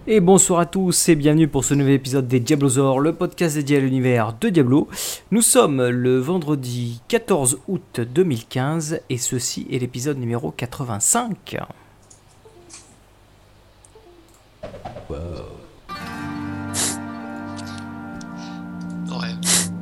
Et bonsoir à tous et bienvenue pour ce nouvel épisode des Diablosaures, le podcast dédié à l'univers de Diablo. Nous sommes le vendredi 14 août 2015 et ceci est l'épisode numéro 85. Wow. Ouais.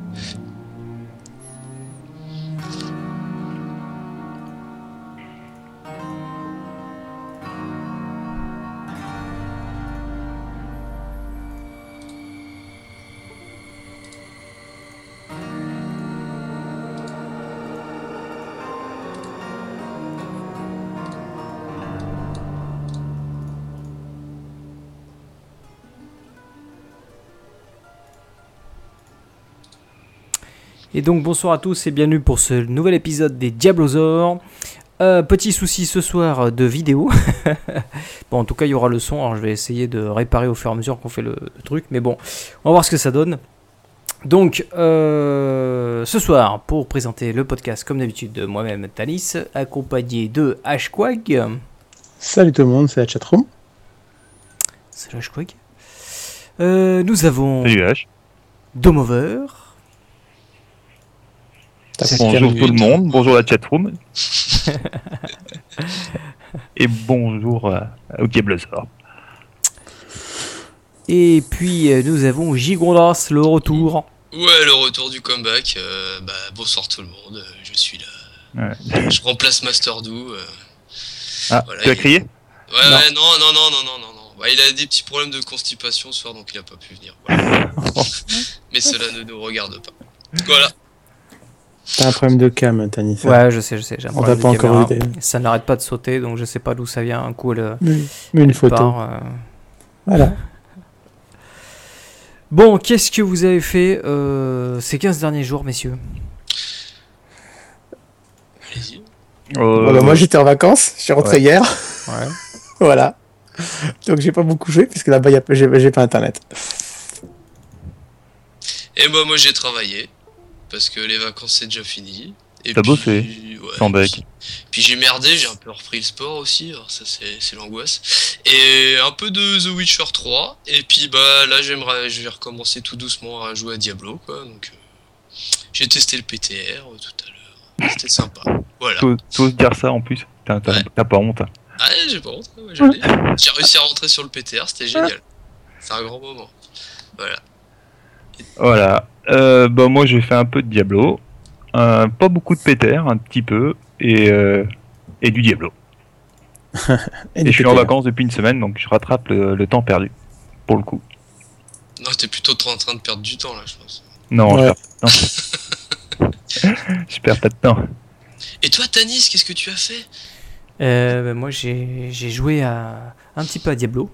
Et donc bonsoir à tous et bienvenue pour ce nouvel épisode des Diablosaures. Petit souci ce soir de vidéo. Bon, en tout cas il y aura le son, alors je vais essayer de réparer au fur et à mesure qu'on fait le truc, mais bon, on va voir ce que ça donne. Donc ce soir, pour présenter le podcast comme d'habitude de moi-même Tanis, accompagné de Hquag. Salut tout le monde, c'est la chatroom. Salut Hquag. Nous avons Salut H. Domover. Bonjour tout le monde, bonjour la chatroom. Et bonjour au Diablosaures. Et puis nous avons Gigondas, le retour. Ouais, le retour du comeback. Bonsoir tout le monde, je suis là. Ouais. Je remplace Master Do. Voilà, tu as crié? Ouais, non. Bah, il a des petits problèmes de constipation ce soir, donc il a pas pu venir. Voilà. Mais cela ne nous regarde pas. Voilà. T'as un problème de cam, Tanis. Ouais, je sais, j'ai un On problème t'a pas de encore caméra. aidé. Ça n'arrête pas de sauter, donc je sais pas d'où ça vient. Un coup, Mais une photo. part, Voilà. Bon, qu'est-ce que vous avez fait ces 15 derniers jours, messieurs? Allez-y. Moi j'étais en vacances, je suis rentré hier. Ouais. Voilà. Donc j'ai pas beaucoup joué, puisque là-bas j'ai pas internet. Et moi j'ai travaillé. Parce que les vacances c'est déjà fini. Et T'as puis, bossé, ouais, sans bec. Puis j'ai merdé, j'ai un peu repris le sport aussi, alors ça c'est l'angoisse. Et un peu de The Witcher 3, et puis bah là je vais recommencer tout doucement à jouer à Diablo quoi, donc j'ai testé le PTR tout à l'heure, c'était sympa, voilà. T'oses dire ça en plus? T'as pas honte? Ah j'ai pas honte, ouais, j'ai réussi à rentrer sur le PTR, c'était génial, c'est un grand moment, voilà. Voilà. Moi j'ai fait un peu de Diablo. Pas beaucoup de PTR, un petit peu. Et du Diablo. Et je suis en vacances depuis une semaine, donc je rattrape le temps perdu. Pour le coup. Non, t'es plutôt en train de perdre du temps là, je pense. Non, Ouais. je perds pas de temps. Et toi Tanis, qu'est-ce que tu as fait? Moi, j'ai joué un petit peu à Diablo.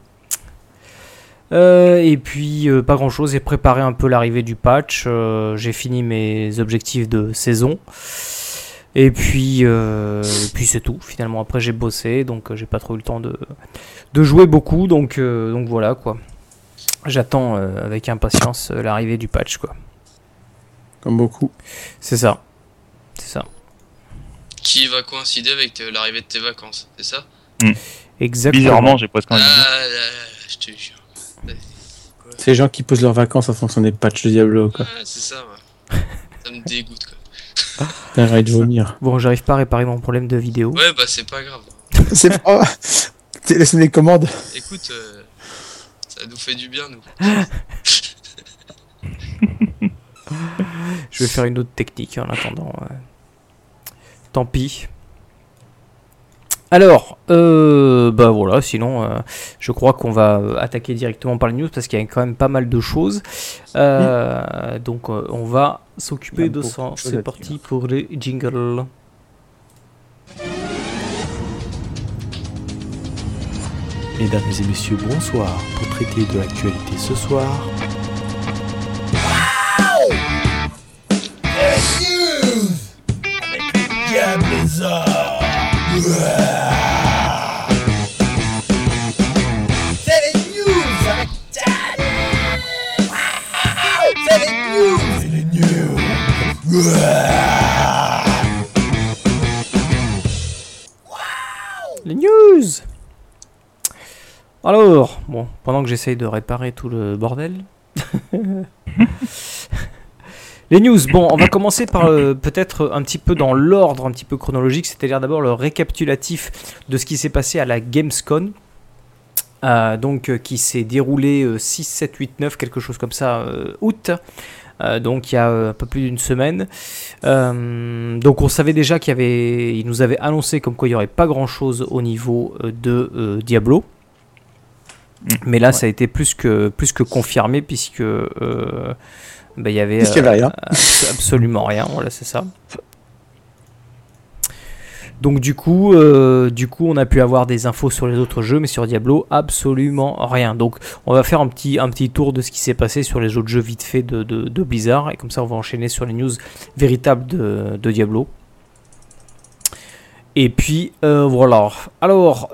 Et puis, pas grand-chose. J'ai préparé un peu l'arrivée du patch. J'ai fini mes objectifs de saison. Et puis c'est tout. Finalement, après, j'ai bossé. Donc, j'ai pas trop eu le temps de jouer beaucoup. Donc voilà, quoi. J'attends avec impatience l'arrivée du patch, quoi. Comme beaucoup. C'est ça. Qui va coïncider avec l'arrivée de tes vacances, c'est ça? Exactement. Bizarrement, j'ai presque envie de dire. Je te jure. C'est les gens qui posent leurs vacances en fonction des patchs de Diablo, quoi. Ah, c'est ça, ouais. Ça me dégoûte, quoi. T'as envie de vomir. Bon, j'arrive pas à réparer mon problème de vidéo. Ouais, bah c'est pas grave. C'est pas. Laisse-moi les commandes. Écoute, ça nous fait du bien, nous. Je vais faire une autre technique en attendant. Tant pis. Alors, voilà, sinon, je crois qu'on va attaquer directement par les news parce qu'il y a quand même pas mal de choses. Donc, on va s'occuper de ça. C'est parti pour les jingles. Mesdames et messieurs, bonsoir. Pour traiter de l'actualité ce soir, Les news. Alors, bon, pendant que j'essaye de réparer tout le bordel. Les news, bon, on va commencer par peut-être un petit peu dans l'ordre, un petit peu chronologique, c'est-à-dire d'abord le récapitulatif de ce qui s'est passé à la Gamescom, qui s'est déroulé 6, 7, 8, 9, quelque chose comme ça, août, donc il y a un peu plus d'une semaine. Donc on savait déjà il nous avait annoncé comme quoi il n'y aurait pas grand-chose au niveau de Diablo. Mais là, ça a été plus que confirmé, puisque il y avait rien. Absolument rien. Voilà, c'est ça. Donc du coup, on a pu avoir des infos sur les autres jeux, mais sur Diablo, absolument rien. Donc on va faire un petit tour de ce qui s'est passé sur les autres jeux vite fait de Blizzard, et comme ça on va enchaîner sur les news véritables de Diablo. Et puis voilà. Alors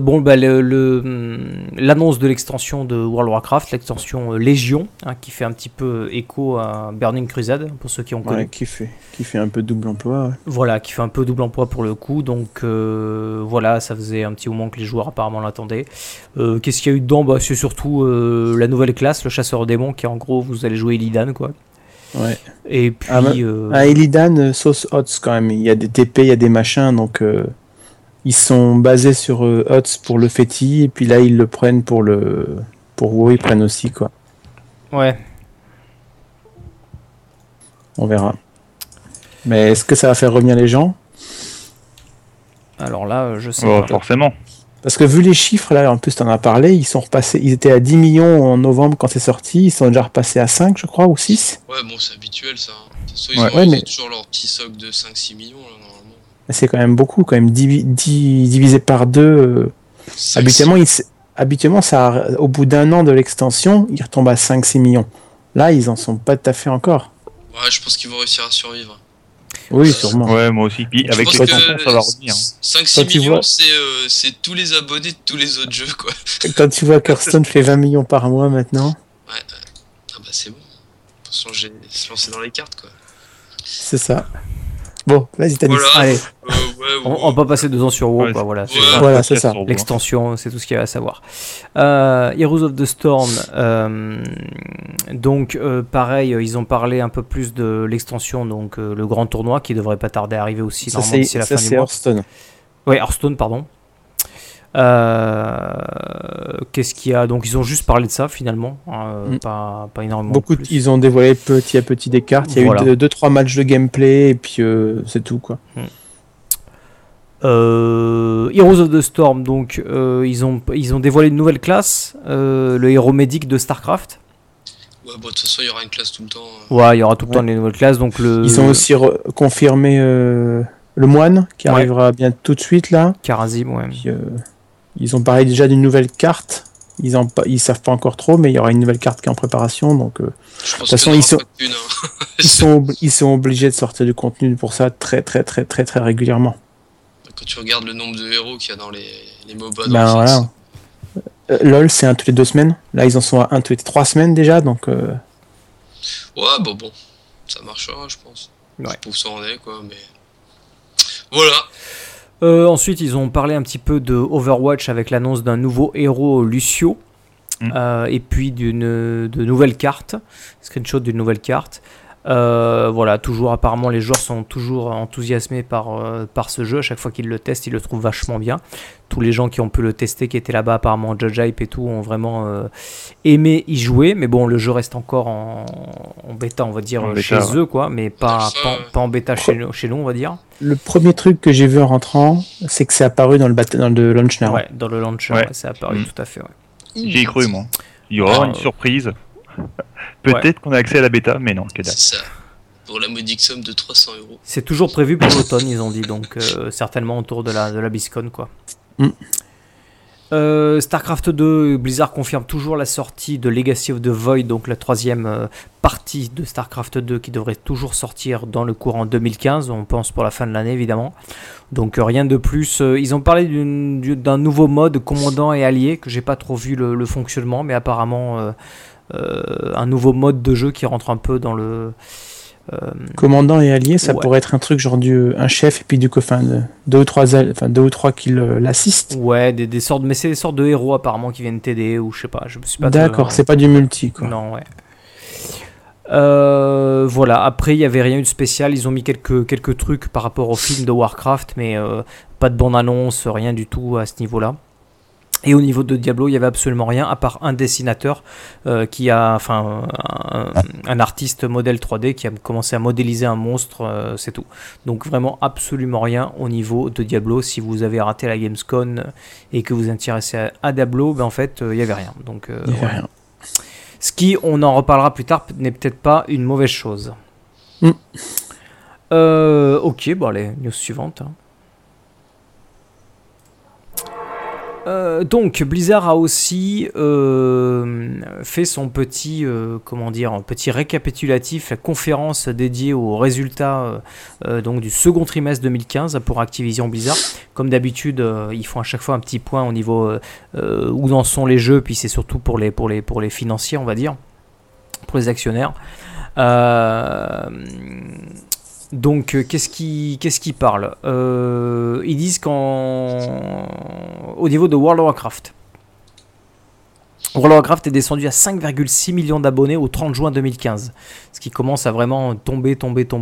l'annonce de l'extension de World of Warcraft, l'extension Légion, qui fait un petit peu écho à Burning Crusade pour ceux qui ont connu. Qui fait un peu double emploi. Ouais. Voilà, qui fait un peu double emploi pour le coup. Donc voilà, ça faisait un petit moment que les joueurs apparemment l'attendaient. Qu'est-ce qu'il y a eu dedans ? C'est surtout la nouvelle classe, le chasseur démon, qui en gros vous allez jouer Illidan, quoi. Ouais. Et puis Illidan, sauce HOTS quand même. Il y a des TP, il y a des machins, donc ils sont basés sur HOTS pour le Feti, et puis là ils le prennent pour WoW, ils prennent aussi, quoi. Ouais. On verra. Mais est-ce que ça va faire revenir les gens ? Alors là, je sais pas. Forcément. Parce que vu les chiffres, là, en plus t'en as parlé, ils sont repassés, ils étaient à 10 millions en novembre quand c'est sorti, ils sont déjà repassés à 5, je crois, ou 6. Ouais, bon, c'est habituel ça. Ils ont toujours leur petit socle de 5-6 millions là, normalement. C'est quand même beaucoup, quand même, divisé par 2. Habituellement, ça, au bout d'un an de l'extension, ils retombent à 5-6 millions. Là, ils en sont pas tout à fait encore. Ouais, je pense qu'ils vont réussir à survivre. Oui, sûrement. Ouais, moi aussi. Puis avec l'extension, ça va revenir. 5-6 millions, c'est tous les abonnés de tous les autres jeux, quoi. Quand tu vois qu'Hearthstone fait 20 millions par mois maintenant. Ouais. Ah bah c'est bon. Faut se lancer dans les cartes, quoi. C'est ça. Bon, vas-y, Tanis. Voilà. Allez. On peut passer 2 ans sur WoW, quoi. Voilà. Voilà, c'est ça. L'extension, c'est tout ce qu'il y a à savoir. Heroes of the Storm. Pareil, ils ont parlé un peu plus de l'extension, donc le grand tournoi qui devrait pas tarder à arriver aussi. Ça, c'est la fin du mois. Hearthstone. Ouais, Hearthstone, pardon. Qu'est-ce qu'il y a ? Donc ils ont juste parlé de ça finalement, pas énormément. Ils ont dévoilé petit à petit des cartes. Il y a eu 2-3 matchs de gameplay et puis c'est tout, quoi. Heroes of the Storm, donc ils ont dévoilé une nouvelle classe, le héros médic de Starcraft. Ouais, bon, de toute façon il y aura une classe tout le temps. Ouais, il y aura tout le temps les nouvelles classes. Donc ils ont aussi confirmé le moine qui arrivera bien tout de suite là. Kharazim, ouais. Puis, ils ont parlé déjà d'une nouvelle carte. Ils savent pas encore trop, mais il y aura une nouvelle carte qui est en préparation. Donc, de toute façon, ils sont obligés de sortir du contenu pour ça très très très très très régulièrement. Quand tu regardes le nombre de héros qu'il y a dans les MOBA, voilà. LOL, c'est un tous les 2 semaines. Là, ils en sont à un tous les 3 semaines déjà, donc. Ouais, bon, ça marchera, je pense. Ouais. Je trouve ça en est, quoi, mais voilà. Ensuite, ils ont parlé un petit peu de Overwatch avec l'annonce d'un nouveau héros, Lucio, et puis de nouvelles cartes, screenshot d'une nouvelle carte. Voilà, toujours apparemment les joueurs sont toujours enthousiasmés par ce jeu. À chaque fois qu'ils le testent, ils le trouvent vachement bien. Tous les gens qui ont pu le tester, qui étaient là-bas apparemment, Judge Hype et tout, ont vraiment aimé y jouer. Mais bon, le jeu reste encore en bêta, on va dire, chez eux, quoi, mais pas en bêta chez nous, on va dire. Le premier truc que j'ai vu en rentrant, c'est que c'est apparu dans le launcher. Ouais, dans le launcher, ouais, c'est apparu, tout à fait. Ouais. J'y ai cru, moi. Il y aura une surprise. Peut-être qu'on a accès à la bêta, mais non, que dalle. C'est ça. Pour la modique somme de 300 €. C'est toujours prévu pour l'automne, ils ont dit, donc certainement autour de la BlizzCon, quoi. StarCraft 2, Blizzard confirme toujours la sortie de Legacy of the Void, donc la 3e partie de StarCraft 2 qui devrait toujours sortir dans le courant 2015, on pense pour la fin de l'année évidemment. Donc rien de plus. Ils ont parlé d'un nouveau mode commandant et allié que j'ai pas trop vu le fonctionnement, mais apparemment un nouveau mode de jeu qui rentre un peu dans Commandant et allié, ça pourrait être un truc genre un chef et puis deux ou trois qui l'assistent. Ouais, des sortes, mais c'est des sortes de héros apparemment qui viennent t'aider ou je sais pas, je me suis pas. D'accord, c'est pas du multi quoi. Non, ouais. Voilà, après il n'y avait rien eu de spécial, ils ont mis quelques trucs par rapport au film de Warcraft, mais pas de bande-annonce, rien du tout à ce niveau-là. Et au niveau de Diablo, il n'y avait absolument rien, à part un dessinateur, un artiste modèle 3D qui a commencé à modéliser un monstre, c'est tout. Donc vraiment absolument rien au niveau de Diablo. Si vous avez raté la Gamescom et que vous vous intéressez à Diablo, en fait, il n'y avait rien. Donc, il n'y avait rien. Ce qui, on en reparlera plus tard, n'est peut-être pas une mauvaise chose. Ok, allez, news suivante. Donc Blizzard a aussi fait son petit récapitulatif, la conférence dédiée aux résultats donc du second trimestre 2015 pour Activision Blizzard. Comme d'habitude, ils font à chaque fois un petit point au niveau où en sont les jeux, puis c'est surtout pour les financiers, on va dire, pour les actionnaires. Donc, qu'est-ce qu'ils parlent ils disent qu'au niveau de World of Warcraft est descendu à 5,6 millions d'abonnés au 30 juin 2015. Ce qui commence à vraiment tomber.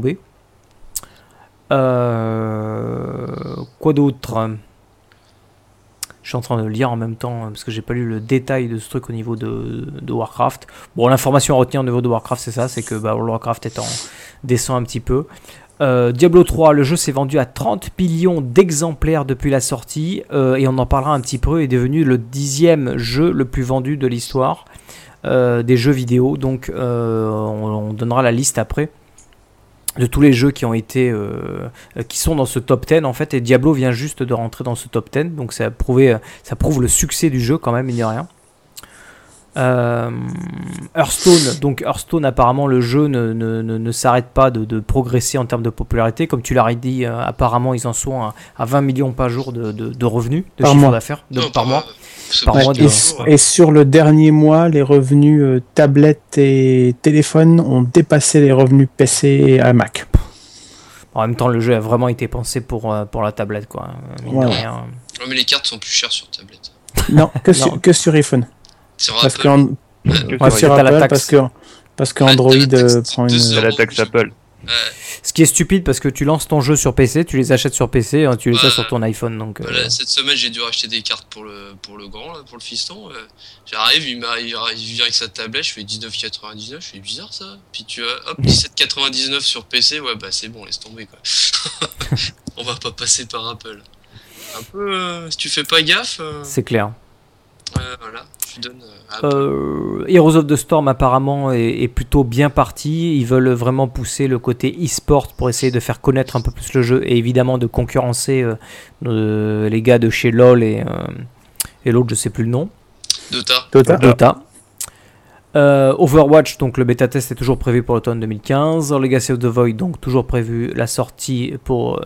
Quoi d'autre ? Je suis en train de le lire en même temps parce que j'ai pas lu le détail de ce truc au niveau de Warcraft. Bon, l'information à retenir au niveau de Warcraft, c'est ça, c'est que World of Warcraft descend un petit peu. Diablo 3, le jeu s'est vendu à 30 millions d'exemplaires depuis la sortie et on en parlera un petit peu, est devenu le 10e jeu le plus vendu de l'histoire des jeux vidéo. Donc on donnera la liste après de tous les jeux qui ont été qui sont dans ce top 10 en fait, et Diablo vient juste de rentrer dans ce top 10, donc ça prouve le succès du jeu quand même, mine de rien. Hearthstone, apparemment le jeu ne s'arrête pas de progresser en termes de popularité, comme tu l'as dit, apparemment ils en sont à 20 millions par jour de revenus, de chiffre d'affaires par mois. Et sur le dernier mois, les revenus tablettes et téléphones ont dépassé les revenus PC et Mac. En même temps, le jeu a vraiment été pensé pour la tablette, quoi. Ouais. Rien. Non, mais les cartes sont plus chères sur tablette. Non, que sur iPhone. Parce qu'Android prend une... la taxe Apple. Ce qui est stupide parce que tu lances ton jeu sur PC, tu les achètes sur PC, tu les as sur ton iPhone. Donc, cette semaine j'ai dû racheter des cartes pour le grand, là, pour le fiston. J'arrive, il vient avec sa tablette, je fais 19,99, je fais bizarre ça. Puis tu as 17,99 sur PC, ouais bah c'est bon, laisse tomber quoi. On va pas passer par Apple. Un peu, si tu fais pas gaffe. C'est clair. Voilà. Heroes of the Storm apparemment est plutôt bien parti. Ils veulent vraiment pousser le côté e-sport pour essayer de faire connaître un peu plus le jeu et évidemment de concurrencer les gars de chez LoL et l'autre je sais plus le nom. Dota. Overwatch, donc le bêta test est toujours prévu pour l'automne 2015. Legacy of the Void, donc toujours prévu la sortie pour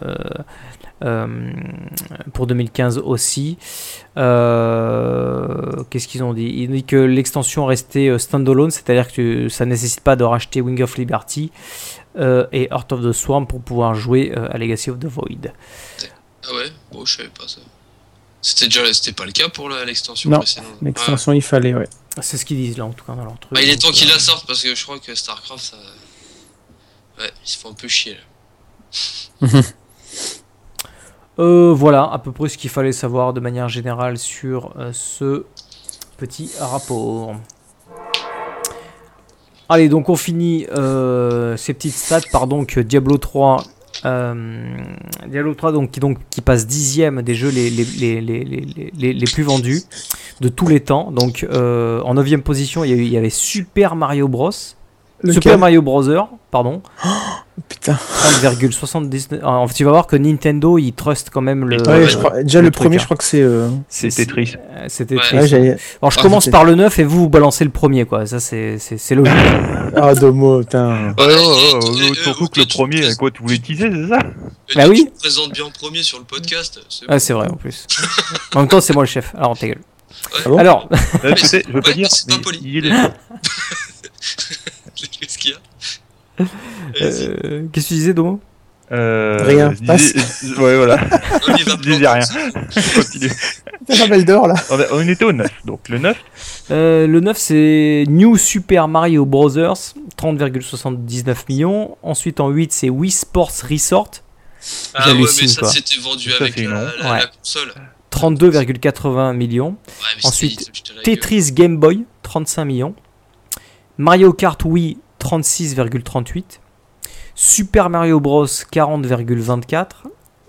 2015 aussi. Qu'est-ce qu'ils ont dit ? Ils ont dit que l'extension restait standalone, c'est-à-dire que ça ne nécessite pas de racheter Wing of Liberty et Heart of the Swarm pour pouvoir jouer à Legacy of the Void. Ah ouais ? Bon, je savais pas ça. C'était pas le cas pour l'extension précédente. Non, l'extension il fallait, ouais. C'est ce qu'ils disent là en tout cas dans leur truc. Il est temps qu'ils la sortent parce que je crois que Starcraft, ça... ouais, ils se font un peu chier là. Voilà à peu près ce qu'il fallait savoir de manière générale sur ce petit rapport. Allez, donc on finit ces petites stats par donc Diablo 3. Diablo 3 qui passe 10e des jeux les plus vendus de tous les temps. Donc en 9e position il y avait Super Mario Bros. Super Mario Bros. Pardon. Oh, putain. 30,79. En fait, tu vas voir que Nintendo, il trust quand même le. Ouais, je crois, déjà le premier, je crois que c'est. C'est Tetris. C'est Tetris. Ouais, alors, je commence par le 9 et vous balancez le premier, quoi. Ça, c'est logique. Ah, Domo, putain. Surtout que le premier, quoi, tu voulais teaser, c'est ça? Bah oui. Tu te présentes bien en premier sur le podcast. C'est vrai, en plus. En même temps, c'est moi le chef. Alors, ta gueule. Ah bon alors. Je veux pas dire. C'est pas poli. Il est Qu'est-ce qu'il y a vas-y. Qu'est-ce que tu disais, Domo? Rien. Ouais, voilà. On y va Je disais rien. Continue. T'as la belle d'or là. On était au 9. Donc le 9. Le 9, c'est New Super Mario Bros. 30,79 millions. Ensuite, en 8, c'est Wii Sports Resort. Ah ouais, mais J'hallucine, ça quoi. c'était vendu Ça, avec c'est énorme. la console. 32,80 millions. Ouais, mais Ensuite, c'était- putain, la gueule. Tetris Game Boy, 35 millions. Mario Kart Wii, 36,38. Super Mario Bros, 40,24.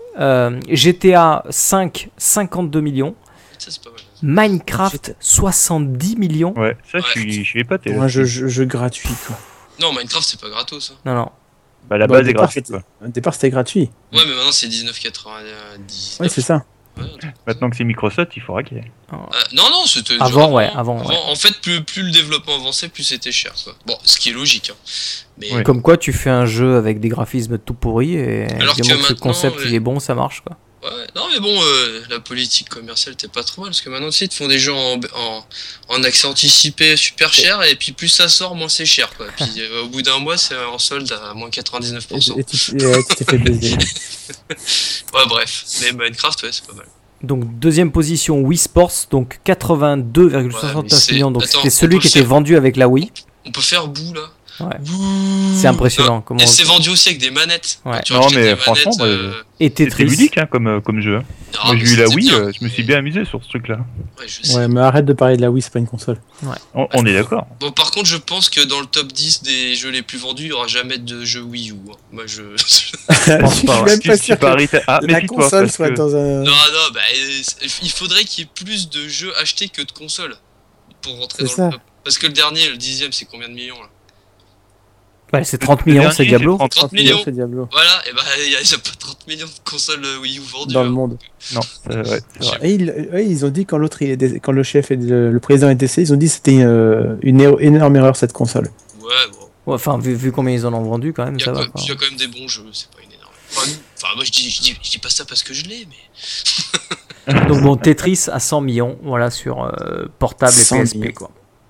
GTA 5, 52 millions. Ça, c'est pas mal. Minecraft, 70 millions. Ouais, ça, Ouais. je suis épaté. Pour là. un jeu gratuit quoi. Non, Minecraft c'est pas gratos. Hein. Non, non. Bah, la Bah, au base est départ, gratuite. c'était- Quoi. Au départ c'était gratuit. Ouais, mais maintenant c'est 19,90. Ouais, c'est ça. Ouais, un truc. Maintenant que c'est Microsoft, il faut raquer. Non, c'était déjà Avant, ouais, avant. Ouais. En fait, plus le développement avançait, plus c'était cher. Quoi. Bon, ce qui est logique. Hein. Mais Ouais. Comme quoi, tu fais un jeu avec des graphismes tout pourris et Alors du que moment que ce maintenant, concept il est bon, ça marche quoi. ouais, non, mais bon, la politique commerciale t'es pas trop mal parce que maintenant, tu sais, ils te font des jeux en accès anticipé super cher et puis plus ça sort, moins c'est cher. Quoi. Puis au bout d'un mois, c'est en solde à moins 99%. Et tu t'es fait baiser. Ouais, bref. Mais Minecraft, ouais, c'est pas mal. Donc deuxième position Wii Sports, donc 82,69 Ouais, mais millions. Donc attends, c'était celui on peut qui était faire- vendu avec la Wii. On peut faire bout là. Ouais. Bouh. C'est impressionnant. Comment... Et c'est vendu aussi avec des manettes. Ouais. Tu Non, rachètes mais des franchement, manettes, moi, Et C'était Tetris. ludique hein, comme jeu. hein. ah, Moi, mais j'ai eu la c'était Wii, bien, je me suis mais- bien amusé sur ce truc-là. Ouais, je sais. Ouais, mais arrête de parler de la Wii, c'est pas une console. On est d'accord. Bon, par contre, je pense que dans le top 10 des jeux les plus vendus, il n'y aura jamais de jeu Wii U. Hein. Moi, je. Je suis pas, ouais. même pas sûr que Ah, la méfie-toi, console parce soit que- dans un. Non, bah, il faudrait qu'il y ait plus de jeux achetés que de consoles pour rentrer dans C'est ça. le top. Parce que le dernier, le 10ème, c'est combien de millions là? Ouais, c'est 30 millions, c'est dernier, Diablo. c'est 30 30 millions. C'est Diablo. Voilà, et bah, il n'y a pas 30 millions de consoles Wii U vendues. Dans le hein. monde. Non, ouais, c'est vrai. Et ils ont dit quand l'autre quand le chef et le président est décédé, ils ont dit que c'était une énorme erreur cette console. Ouais, bon. Ouais, enfin, vu combien ils en ont vendu, quand même, Il y, ça a va. quand même- Quoi. il y a quand même des bons jeux, c'est pas une énorme. Enfin, moi je dis pas ça parce que je l'ai, mais. Donc bon, Tetris à 100 millions, voilà, sur portable et 100 PSP, millions. quoi.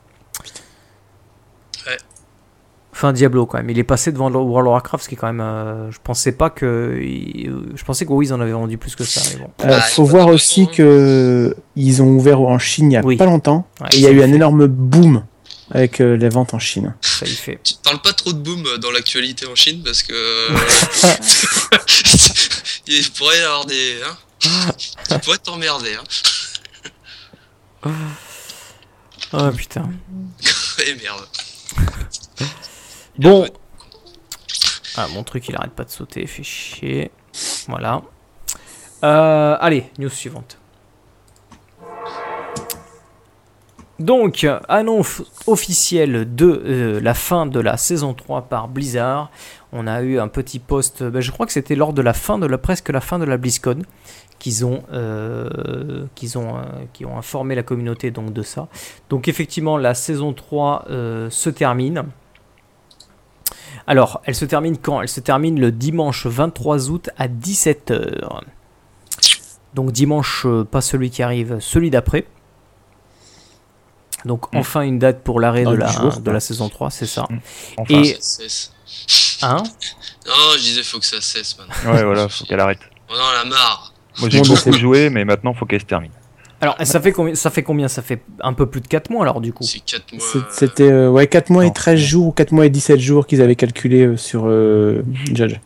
Ouais. Enfin, Diablo, quand même. Il est passé devant World of Warcraft, ce qui est quand même... je pensais pas que... Je pensais que oui, ils en avaient vendu plus que ça, mais bon. Faut c'est pas voir très aussi bon, hein. que ils ont ouvert en Chine il y a Oui. pas longtemps. Ouais, Et il y a eu ça un fait- énorme boom avec les ventes en Chine. Ça y fait. Tu parles pas trop de boom dans l'actualité en Chine parce que. il pourrait y avoir des. Hein, tu pourrais t'emmerder, hein. Oh putain. Et merde. Bon. Ah, mon truc, il arrête pas de sauter, fait chier. Voilà. Allez, news suivante. Donc, annonce officielle de la fin de la saison 3 par Blizzard. On a eu un petit post, je crois que c'était lors de presque la fin de la BlizzCon, qui ont informé la communauté donc de ça. Donc effectivement, la saison 3 se termine. Alors, elle se termine quand? Elle se termine le dimanche 23 août à 17h. Donc dimanche, pas celui qui arrive, celui d'après. Donc enfin une date pour l'arrêt Dans de 10 jours, la saison 3, c'est ça. Enfin. Et- Ça cesse. Hein? Non, je disais faut que ça cesse maintenant. Ouais, voilà, faut qu'elle arrête. On en a marre. Moi, j'ai Monde beaucoup de- joué, mais maintenant, faut qu'elle se termine. Alors, ça fait combien? Ça fait un peu plus de 4 mois alors du coup. C'est 4 mois. C'était 4 mois et Non. 13 jours ou 4 mois et 17 jours qu'ils avaient calculé sur Judge.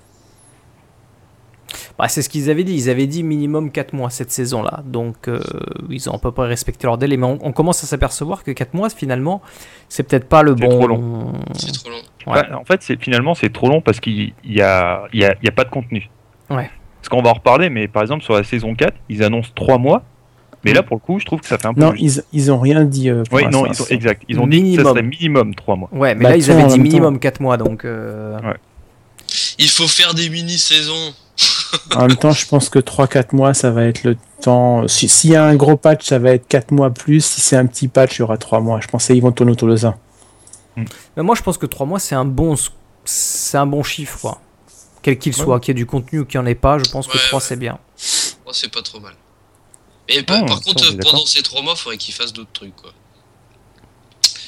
Bah, c'est ce qu'ils avaient dit. Ils avaient dit minimum 4 mois cette saison-là. Donc, ils ont à peu près respecté leur délai. Mais on commence à s'apercevoir que 4 mois, finalement, c'est peut-être pas le C'est bon. trop long. C'est trop long. Ouais. Bah, en fait, finalement, c'est trop long parce qu'il y a pas de contenu. Ouais. Parce qu'on va en reparler, mais par exemple, sur la saison 4, ils annoncent 3 mois. Mais là, pour le coup, je trouve que ça fait un peu Non, juste. ils ont rien dit. Pour Oui, non, l'instant. exact. Ils ont dit que Minimum. ça serait minimum 3 mois. Ouais, mais Bah, là, ils tiens, avaient en dit même minimum 4 mois. Donc, Il faut faire des mini-saisons. En même temps, je pense que 3-4 mois, ça va être le temps. S'il y a un gros patch, ça va être 4 mois plus. Si c'est un petit patch, il y aura 3 mois. Je pense qu'ils vont tourner autour de ça. mais moi, je pense que 3 mois, c'est un bon chiffre, quoi. Quel qu'il soit, qu'il y ait du contenu ou qu'il n'y en ait pas, je pense que Ouais, 3 ouais. c'est bien. Oh, c'est pas trop mal. Mais Non, par ça, contre, on est d'accord. pendant ces 3 mois, il faudrait qu'ils fassent d'autres trucs, quoi.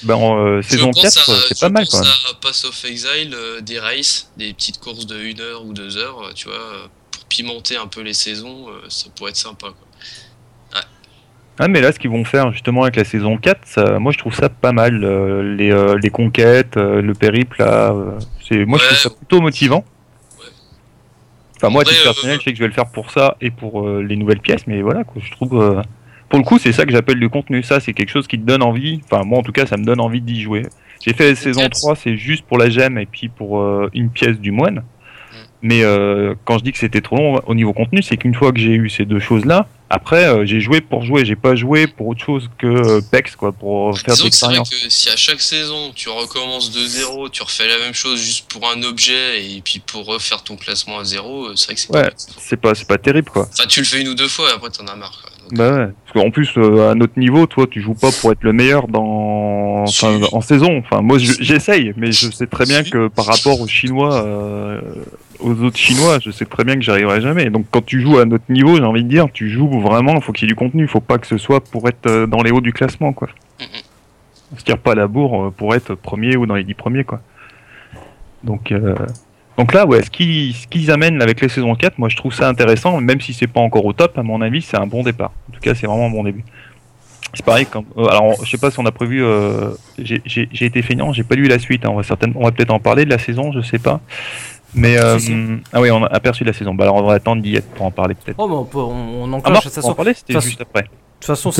saison 4, c'est pas mal, quoi. Je pense à Pass of Exile, des races, des petites courses de 1 heure ou 2 heures, tu vois, pour pimenter un peu les saisons, ça pourrait être sympa, quoi. Ah, mais là, ce qu'ils vont faire justement avec la saison 4, moi je trouve ça pas mal. Les conquêtes, le périple, là, moi je trouve ça plutôt motivant. Ouais. Enfin, moi, à titre personnel, je sais que je vais le faire pour ça et pour les nouvelles pièces, mais voilà, quoi, je trouve. Pour le coup, c'est ça que j'appelle du contenu. Ça, c'est quelque chose qui te donne envie. Enfin, moi en tout cas, ça me donne envie d'y jouer. J'ai fait la saison 3, c'est juste pour la gemme et puis pour une pièce du moine. Mais quand je dis que c'était trop long au niveau contenu, c'est qu'une fois que j'ai eu ces deux choses-là, après j'ai joué pour jouer, j'ai pas joué pour autre chose que PEX, quoi, pour faire de l'expérience. C'est vrai que si à chaque saison tu recommences de zéro, tu refais la même chose juste pour un objet et puis pour refaire ton classement à zéro, c'est vrai que c'est pas terrible, quoi. Enfin, tu le fais 1 ou 2 fois et après t'en as marre, quoi. Donc, bah ouais, parce qu'en plus à notre niveau, toi tu joues pas pour être le meilleur en saison. Enfin, moi j'essaye, mais je sais très bien que par rapport aux Chinois, aux autres Chinois, je sais très bien que j'arriverai jamais. Donc quand tu joues à notre niveau, j'ai envie de dire, tu joues vraiment, il faut qu'il y ait du contenu, il faut pas que ce soit pour être dans les hauts du classement, quoi. On se tire pas à la bourre pour être premier ou dans les 10 premiers, quoi. Donc là, ouais, ce qu'ils amènent avec les saisons 4, moi je trouve ça intéressant, même si c'est pas encore au top, à mon avis, c'est un bon départ. En tout cas, c'est vraiment un bon début. C'est pareil, alors je sais pas si on a prévu, j'ai été feignant, j'ai pas lu la suite, hein, on va peut-être en parler de la saison, je sais pas. Mais ah oui, on a aperçu la saison. Bah alors on va attendre d'y être pour en parler peut-être. Oh bah on enclenche la saison. On en parlait, c'était juste après. De toute façon,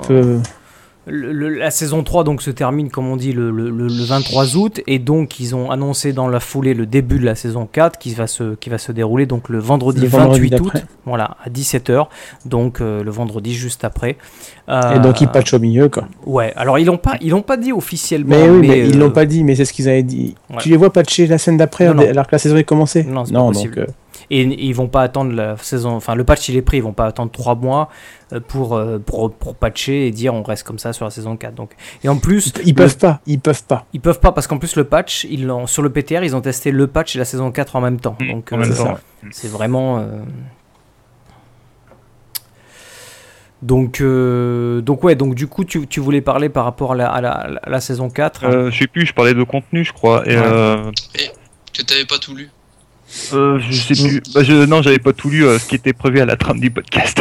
la saison 3 donc se termine, comme on dit, le 23 août, et donc ils ont annoncé dans la foulée le début de la saison 4 qui va se dérouler donc le vendredi 28 août, voilà, à 17h, donc le vendredi juste après. Et donc ils patchent au milieu, quoi. Ouais, alors ils l'ont pas dit officiellement. Mais ils l'ont pas dit, mais c'est ce qu'ils avaient dit. Ouais. Tu les vois patcher la semaine d'après alors que la saison est commencée? Non, c'est pas possible. Donc, et ils vont pas attendre la saison, enfin le patch il est pris, ils vont pas attendre 3 mois pour patcher et dire on reste comme ça sur la saison 4. Donc, et en plus ils peuvent pas parce qu'en plus le patch, sur le PTR ils ont testé le patch et la saison 4 en même temps. Donc c'est vraiment Donc ouais, donc du coup tu voulais parler par rapport à la saison 4. Je sais plus, je parlais de contenu je crois. Et que t'avais pas tout lu. Je sais plus. Non, j'avais pas tout lu ce qui était prévu à la trame du podcast.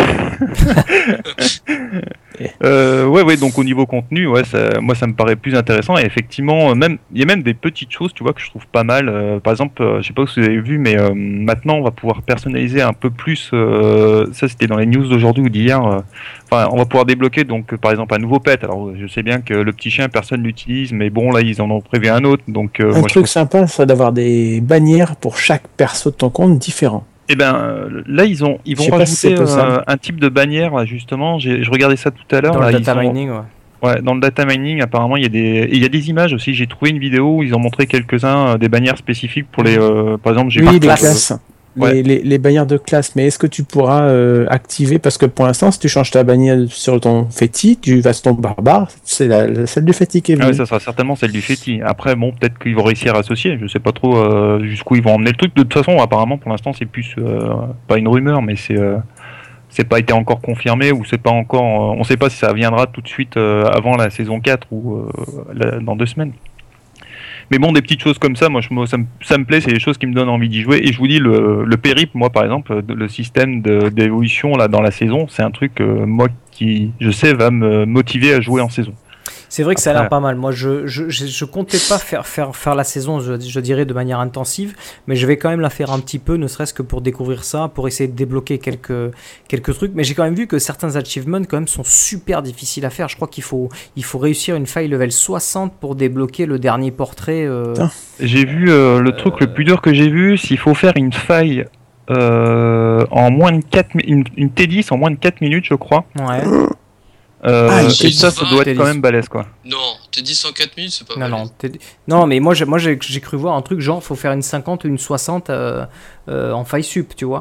Ouais, donc au niveau contenu, ouais, moi ça me paraît plus intéressant. Et effectivement, il y a même des petites choses, tu vois, que je trouve pas mal. Par exemple, je sais pas si vous avez vu, mais maintenant on va pouvoir personnaliser un peu plus. Ça, c'était dans les news d'aujourd'hui ou d'hier. On va pouvoir débloquer donc par exemple un nouveau pet. Alors je sais bien que le petit chien personne l'utilise, mais bon là ils en ont prévu un autre. Donc un truc sympa, c'est d'avoir des bannières pour chaque perso de ton compte différent. Et là ils vont rajouter un type de bannière là, justement. Je regardais ça tout à l'heure. Dans le data mining, ouais, dans le data mining apparemment il y a des images aussi. J'ai trouvé une vidéo où ils ont montré quelques-uns des bannières spécifiques pour les par exemple j'ai des classes. Ouais. Les bannières de classe, mais est-ce que tu pourras activer, parce que pour l'instant si tu changes ta bannière sur ton Féti, tu vas sur ton barbare, c'est celle du Féti qui est venue. Ah oui, ça sera certainement celle du Féti. Après bon, peut-être qu'ils vont réussir à associer, je sais pas trop jusqu'où ils vont emmener le truc. De toute façon apparemment pour l'instant c'est plus pas une rumeur, mais c'est pas été encore confirmé, ou c'est pas encore on sait pas si ça viendra tout de suite avant la saison 4 ou dans 2 semaines. Mais bon, des petites choses comme ça, moi, ça me plaît, c'est des choses qui me donnent envie d'y jouer. Et je vous dis, le périple, moi, par exemple, le système d'évolution là dans la saison, c'est un truc, moi, qui, je sais, va me motiver à jouer en saison. C'est vrai que ça a l'air pas mal. Moi, je comptais pas faire la saison, je dirais, de manière intensive, mais je vais quand même la faire un petit peu, ne serait-ce que pour découvrir ça, pour essayer de débloquer quelques trucs. Mais j'ai quand même vu que certains achievements, quand même, sont super difficiles à faire. Je crois qu'il faut réussir une faille level 60 pour débloquer le dernier portrait. J'ai vu le truc le plus dur que j'ai vu, s'il faut faire une faille en moins de 4 une T10 en moins de 4 minutes, je crois. Ouais. Et ça doit être quand même balèze, quoi. Non, t'es 10 en 4 minutes, c'est pas balèze. Non, mais moi j'ai cru voir un truc genre faut faire une 50 ou une 60 en faille sup, tu vois.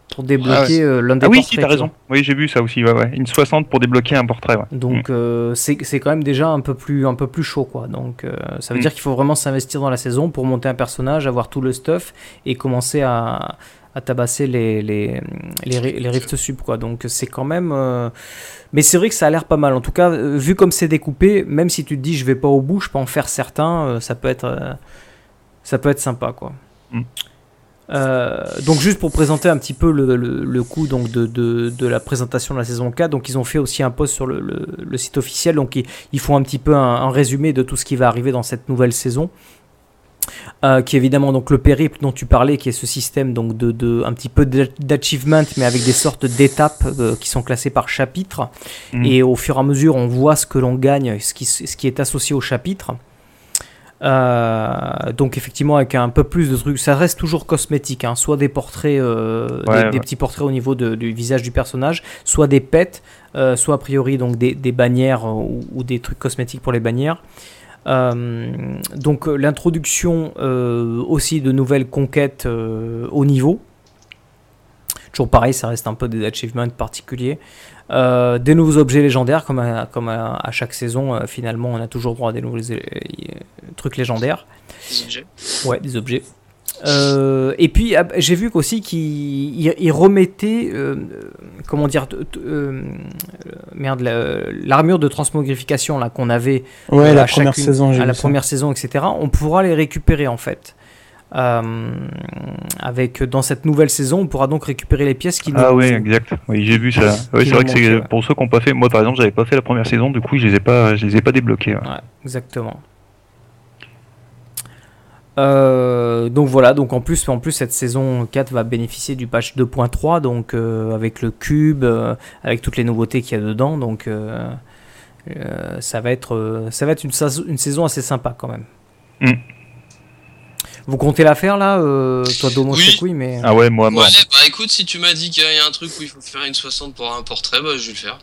débloquer l'un des portraits. Oui, si, t'as raison. Oui, j'ai vu ça aussi. Ouais. Une 60 pour débloquer un portrait. Ouais. Donc c'est quand même déjà un peu plus chaud, quoi. Donc ça veut dire qu'il faut vraiment s'investir dans la saison pour monter un personnage, avoir tout le stuff et commencer à tabasser les Rift Sub, quoi. Donc c'est quand même... Mais c'est vrai que ça a l'air pas mal. En tout cas, vu comme c'est découpé, même si tu te dis je vais pas au bout, je peux en faire certains, ça peut être sympa, quoi. Donc juste pour présenter un petit peu le coup donc de la présentation de la saison 4, donc ils ont fait aussi un post sur le site officiel, donc ils font un petit peu un résumé de tout ce qui va arriver dans cette nouvelle saison, qui est évidemment donc le périple dont tu parlais, qui est ce système donc de un petit peu d'achievement, mais avec des sortes d'étapes qui sont classées par chapitre, et au fur et à mesure on voit ce que l'on gagne, ce qui est associé au chapitre. Donc effectivement avec un peu plus de trucs, ça reste toujours cosmétique, hein, soit des portraits, des petits portraits au niveau du visage du personnage, soit des pets, soit a priori donc des bannières ou des trucs cosmétiques pour les bannières. Donc l'introduction aussi de nouvelles conquêtes au niveau. Toujours pareil, ça reste un peu des achievements particuliers. Des nouveaux objets légendaires, comme à chaque saison, finalement, on a toujours droit à des nouveaux trucs légendaires. Des objets. Ouais, des objets. Et puis, j'ai vu qu'aussi qu'ils remettaient, l'armure de transmogrification là, qu'on avait à la première saison, etc. On pourra les récupérer, en fait. Dans cette nouvelle saison, on pourra donc récupérer les pièces qui oui, exact. Oui, j'ai vu ça. Oui, c'est vrai que c'est pour ceux qui n'ont pas fait. Moi, par exemple, j'avais pas fait la première saison, du coup, je les ai pas débloqués. Ouais, exactement. Donc voilà, donc en plus cette saison 4 va bénéficier du patch 2.3, donc avec le cube, avec toutes les nouveautés qu'il y a dedans, donc ça va être une saison assez sympa quand même. Vous comptez la faire là, toi Domo, je sais que oui, mais... Ah ouais, moi. Ouais, bah écoute, si tu m'as dit qu'il y a un truc où il faut faire une 60 pour un portrait, bah je vais le faire.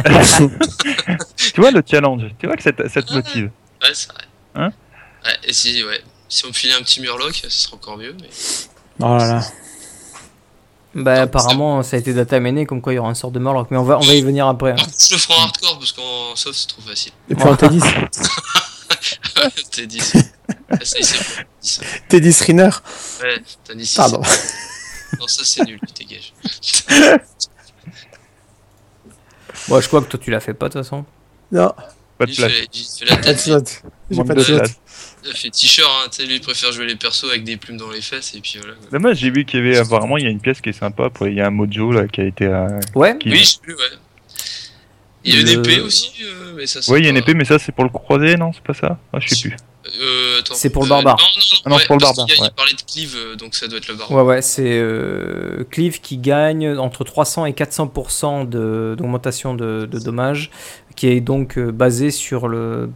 Tu vois le challenge, tu vois que ça te motive. Ouais, c'est vrai. Hein? Ouais, et si on me filait un petit Murloc, ce serait encore mieux, mais... Oh là là. Bah apparemment ça a été dataminé comme quoi il y aura une sorte de Murloc, mais on va y venir après. Hein. Je le ferai en hardcore parce qu'en soft c'est trop facile. Et puis en T10. T10. Ça, T10 Riner. Ouais, T10. Pardon. Non, ça c'est nul, tu dégages. Bon, je crois que toi tu l'as fait pas de toute façon. Non. Pas de place. J'ai la tête. J'ai pas de place. Il fait t-shirt, hein, tu sais, lui il préfère jouer les persos avec des plumes dans les fesses et puis voilà. Mais moi j'ai vu qu'il y avait apparemment il y a une pièce qui est sympa, il y a un mojo là qui a été. Ouais. Oui, j'ai vu, ouais. Il y a une épée aussi, mais ça c'est. Ouais, il y a une épée, mais ça c'est pour le croisé, non? C'est pas ça? Ah, je sais plus. Attends, c'est pour le barbare. Non, c'est pour le barbare. Il parlait de cleave, donc ça doit être le barbare. Ouais, c'est cleave qui gagne entre 300 et 400% d'augmentation de dommages, qui est donc basé sur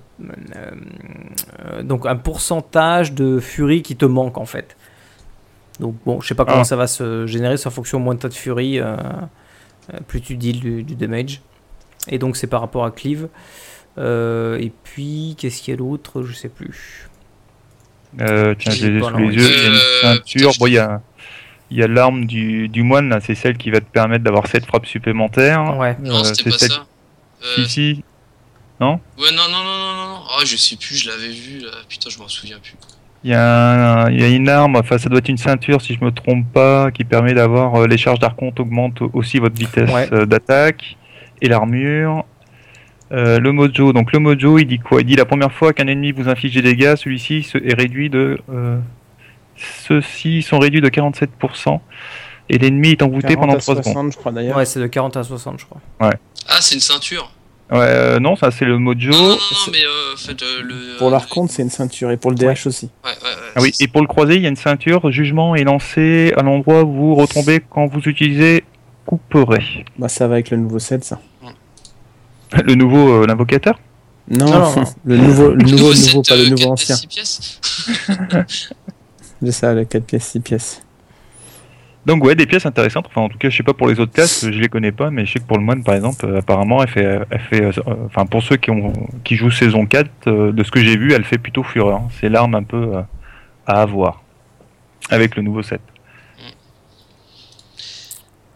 donc un pourcentage de furie qui te manque en fait. Donc bon, je sais pas comment ça va se générer, c'est en fonction moins t'as de furie, plus tu deals du damage. Et donc c'est par rapport à cleave. Et puis qu'est-ce qu'il y a d'autre, je sais plus. Tiens, je les ai sous les yeux. Il y a une ceinture. Bon, il y a l'arme du moine là, c'est celle qui va te permettre d'avoir 7 frappes supplémentaires. Ouais. Non, c'était pas ça. Si. Non. Ouais, non. Ah, je sais plus, je l'avais vu là. Putain, je m'en souviens plus. Il y a une arme, enfin ça doit être une ceinture si je me trompe pas, qui permet d'avoir les charges d'archonte augmentent aussi votre vitesse d'attaque et l'armure. Le mojo, donc le mojo il dit quoi? Il dit la première fois qu'un ennemi vous inflige des dégâts, celui-ci est réduit de ceux-ci sont réduits de 47% et l'ennemi est envoûté pendant 3 secondes. Je crois d'ailleurs. Ouais, c'est de 40 à 60 je crois. Ouais. Ah, c'est une ceinture. Ouais, non, ça c'est le mojo. Non, mais en fait pour l'archonte c'est une ceinture et pour le DH aussi. Ouais. Ah oui, et pour le croisé il y a une ceinture, jugement est lancé à l'endroit où vous retombez quand vous utilisez couperez. Bah ça va avec le nouveau set ça. Le nouveau l'invocateur? Non. Le nouveau, pas le nouveau ancien. 6 pièces. C'est ça, le 4 pièces, 6 pièces. Donc ouais, des pièces intéressantes. Enfin, en tout cas, je sais pas pour les autres classes, je les connais pas, mais je sais que pour le moine, par exemple, apparemment, elle fait, enfin pour ceux qui jouent saison 4, de ce que j'ai vu, elle fait plutôt fureur. C'est l'arme un peu à avoir avec le nouveau set.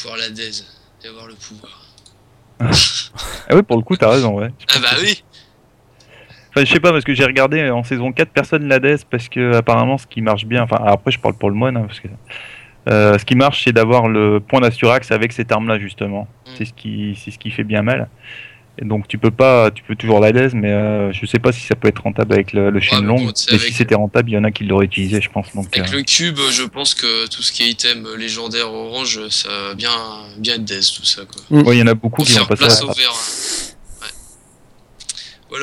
pouvoir la daise et avoir le pouvoir. Ah oui, pour le coup, t'as raison, ouais. Ah bah oui. Enfin, je sais pas, parce que j'ai regardé en saison 4, personne la daise, parce que apparemment, ce qui marche bien, enfin, après, je parle pour le moine, hein, parce que ce qui marche, c'est d'avoir le point d'Asturax avec cette arme-là, justement. C'est ce qui fait bien mal. Et donc, tu peux toujours la daise, mais je sais pas si ça peut être rentable avec le Shenlong. Bon, mais si c'était rentable, il y en a qui l'auraient utilisé, je pense. Donc, avec le cube, je pense que tout ce qui est item légendaire orange, ça va bien être daise, tout ça, quoi. Ouais, il y en a beaucoup qui vont passer place au vert. Ouais. Voilà.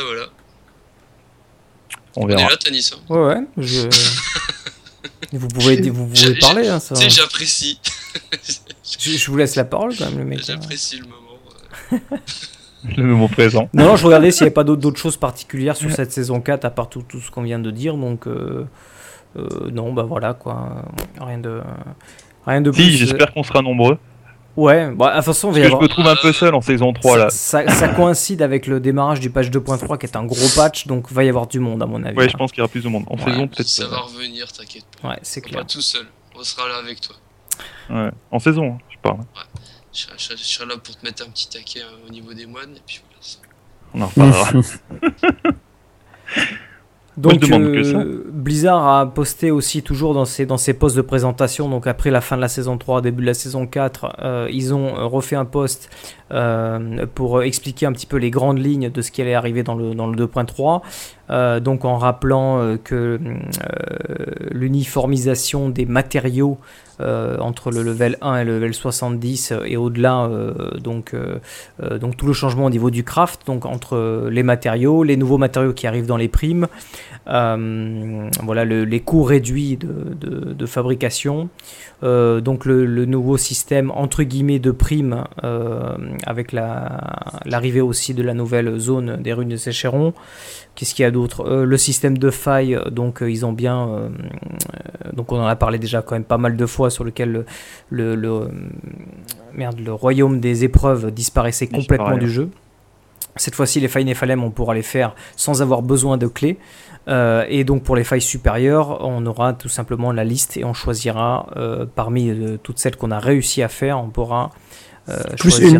On verra. est là, Tanis. Hein. Ouais. Vous pouvez parler, hein, ça. Tu sais, j'apprécie. Je vous laisse la parole, quand même, le mec. J'apprécie le moment. Le moment présent. Non, je regardais s'il n'y avait pas d'autres choses particulières sur cette saison 4, à part tout ce qu'on vient de dire, donc... non, bah voilà, quoi. Rien de plus. Si, j'espère qu'on sera nombreux. Ouais, bah, de toute façon, je me trouve un peu seul en saison 3 là. Ça coïncide avec le démarrage du patch 2.3 qui est un gros patch, donc va y avoir du monde à mon avis. Ouais, je pense qu'il y aura plus de monde. En saison peut-être. Ça va revenir, t'inquiète pas. Ouais, c'est clair. Pas tout seul, on sera là avec toi. Ouais, en saison, je parle. Ouais. Je serai là pour te mettre un petit taquet au niveau des moines, et puis On voilà. en reparlera. Donc Blizzard a posté aussi toujours dans ses posts de présentation, donc après la fin de la saison 3, début de la saison 4, ils ont refait un post pour expliquer un petit peu les grandes lignes de ce qui allait arriver dans le 2.3, donc en rappelant que l'uniformisation des matériaux entre le level 1 et le level 70 et au-delà, donc tout le changement au niveau du craft, donc entre les matériaux, les nouveaux matériaux qui arrivent dans les primes, voilà les coûts réduits de fabrication, donc le nouveau système entre guillemets de primes avec l'arrivée aussi de la nouvelle zone des ruines de Sécheron. Qu'est-ce qu'il y a d'autre, le système de failles, donc ils ont bien donc on en a parlé déjà quand même pas mal de fois, sur lequel le royaume des épreuves disparaissait complètement du jeu. Cette fois-ci, les failles Nephalem, on pourra les faire sans avoir besoin de clés. Et donc pour les failles supérieures, on aura tout simplement la liste et on choisira parmi toutes celles qu'on a réussi à faire, on pourra choisir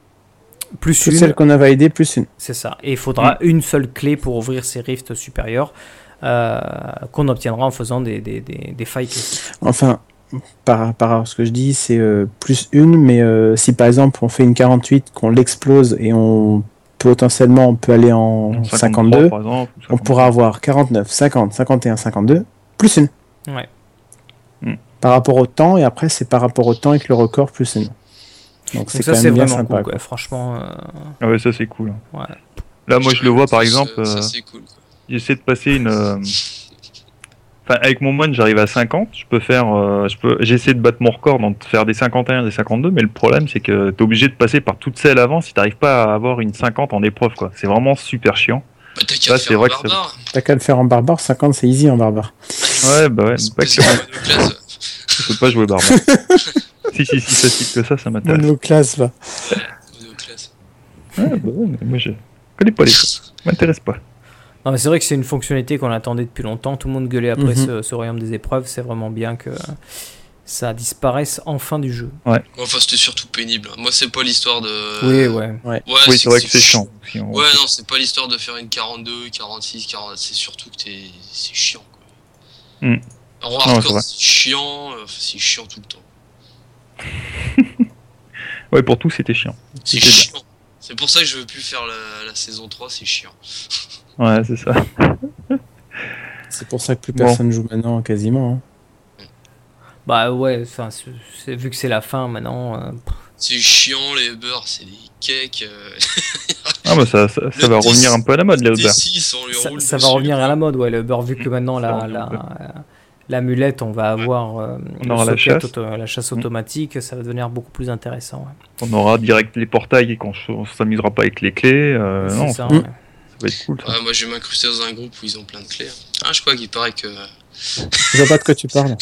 celle qu'on a validée, plus une. C'est ça. Et il faudra une seule clé pour ouvrir ces rifts supérieurs qu'on obtiendra en faisant des failles classiques. Enfin, par ce que je dis, c'est plus une, mais si par exemple on fait une 48, qu'on l'explose et potentiellement on peut aller en 52, par exemple, on pourra avoir 49, 50, 51, 52, plus une. Ouais. Par rapport au temps, et après c'est par rapport au temps avec le record plus une. Donc c'est ça, quand même bien sympa. Cool, quoi. Franchement. Ah ouais, ça c'est cool. Ouais. Là, moi je le vois par exemple. Ça c'est cool. J'essaie de passer une. Enfin, avec mon moine, j'arrive à 50. J'essaie de battre mon record, donc faire des 51, des 52. Mais le problème, c'est que t'es obligé de passer par toutes celles avant si t'arrives pas à avoir une 50 en épreuve, quoi. C'est vraiment super chiant. Bah, t'as qu'à le faire en barbare. T'as qu'à le faire en barbare. 50, c'est easy en barbare. Ouais, bah ouais. Je peux pas jouer barbare. si, facile que ça m'intéresse. Monoclasse, va. Ouais, monoclasse. Ouais, bah ouais, mais moi je connais pas les choses. M'intéresse pas. Non, mais c'est vrai que c'est une fonctionnalité qu'on attendait depuis longtemps. Tout le monde gueulait après ce royaume des épreuves. C'est vraiment bien que ça disparaisse enfin du jeu. Ouais. Enfin, c'était surtout pénible. Moi, c'est pas l'histoire de. Oui, c'est vrai que c'est chiant. Ouais, non, c'est pas l'histoire de faire une 42, 46, 40. C'est surtout que c'est chiant, quoi. En hardcore, c'est chiant. C'est chiant tout le temps. Ouais, pour tout, c'était chiant. C'est chiant. C'est pour ça que je veux plus faire la saison 3, c'est chiant. Ouais, c'est ça. C'est pour ça que plus personne joue maintenant, quasiment. Hein. Bah ouais, vu que c'est la fin maintenant. C'est chiant, les Uber, c'est des cakes. Ah bah ça va revenir un peu à la mode, les Uber. Ça va revenir à la mode, ouais, le Uber, vu que maintenant l'amulette, on va avoir on aura la chasse automatique, ça va devenir beaucoup plus intéressant. Ouais. On aura direct les portails et on s'amusera pas avec les clés. Non, ça va être cool. Ouais, moi je vais m'incruster dans un groupe où ils ont plein de clés. Ah, je crois qu'il paraît que. Je vois pas de quoi tu parles.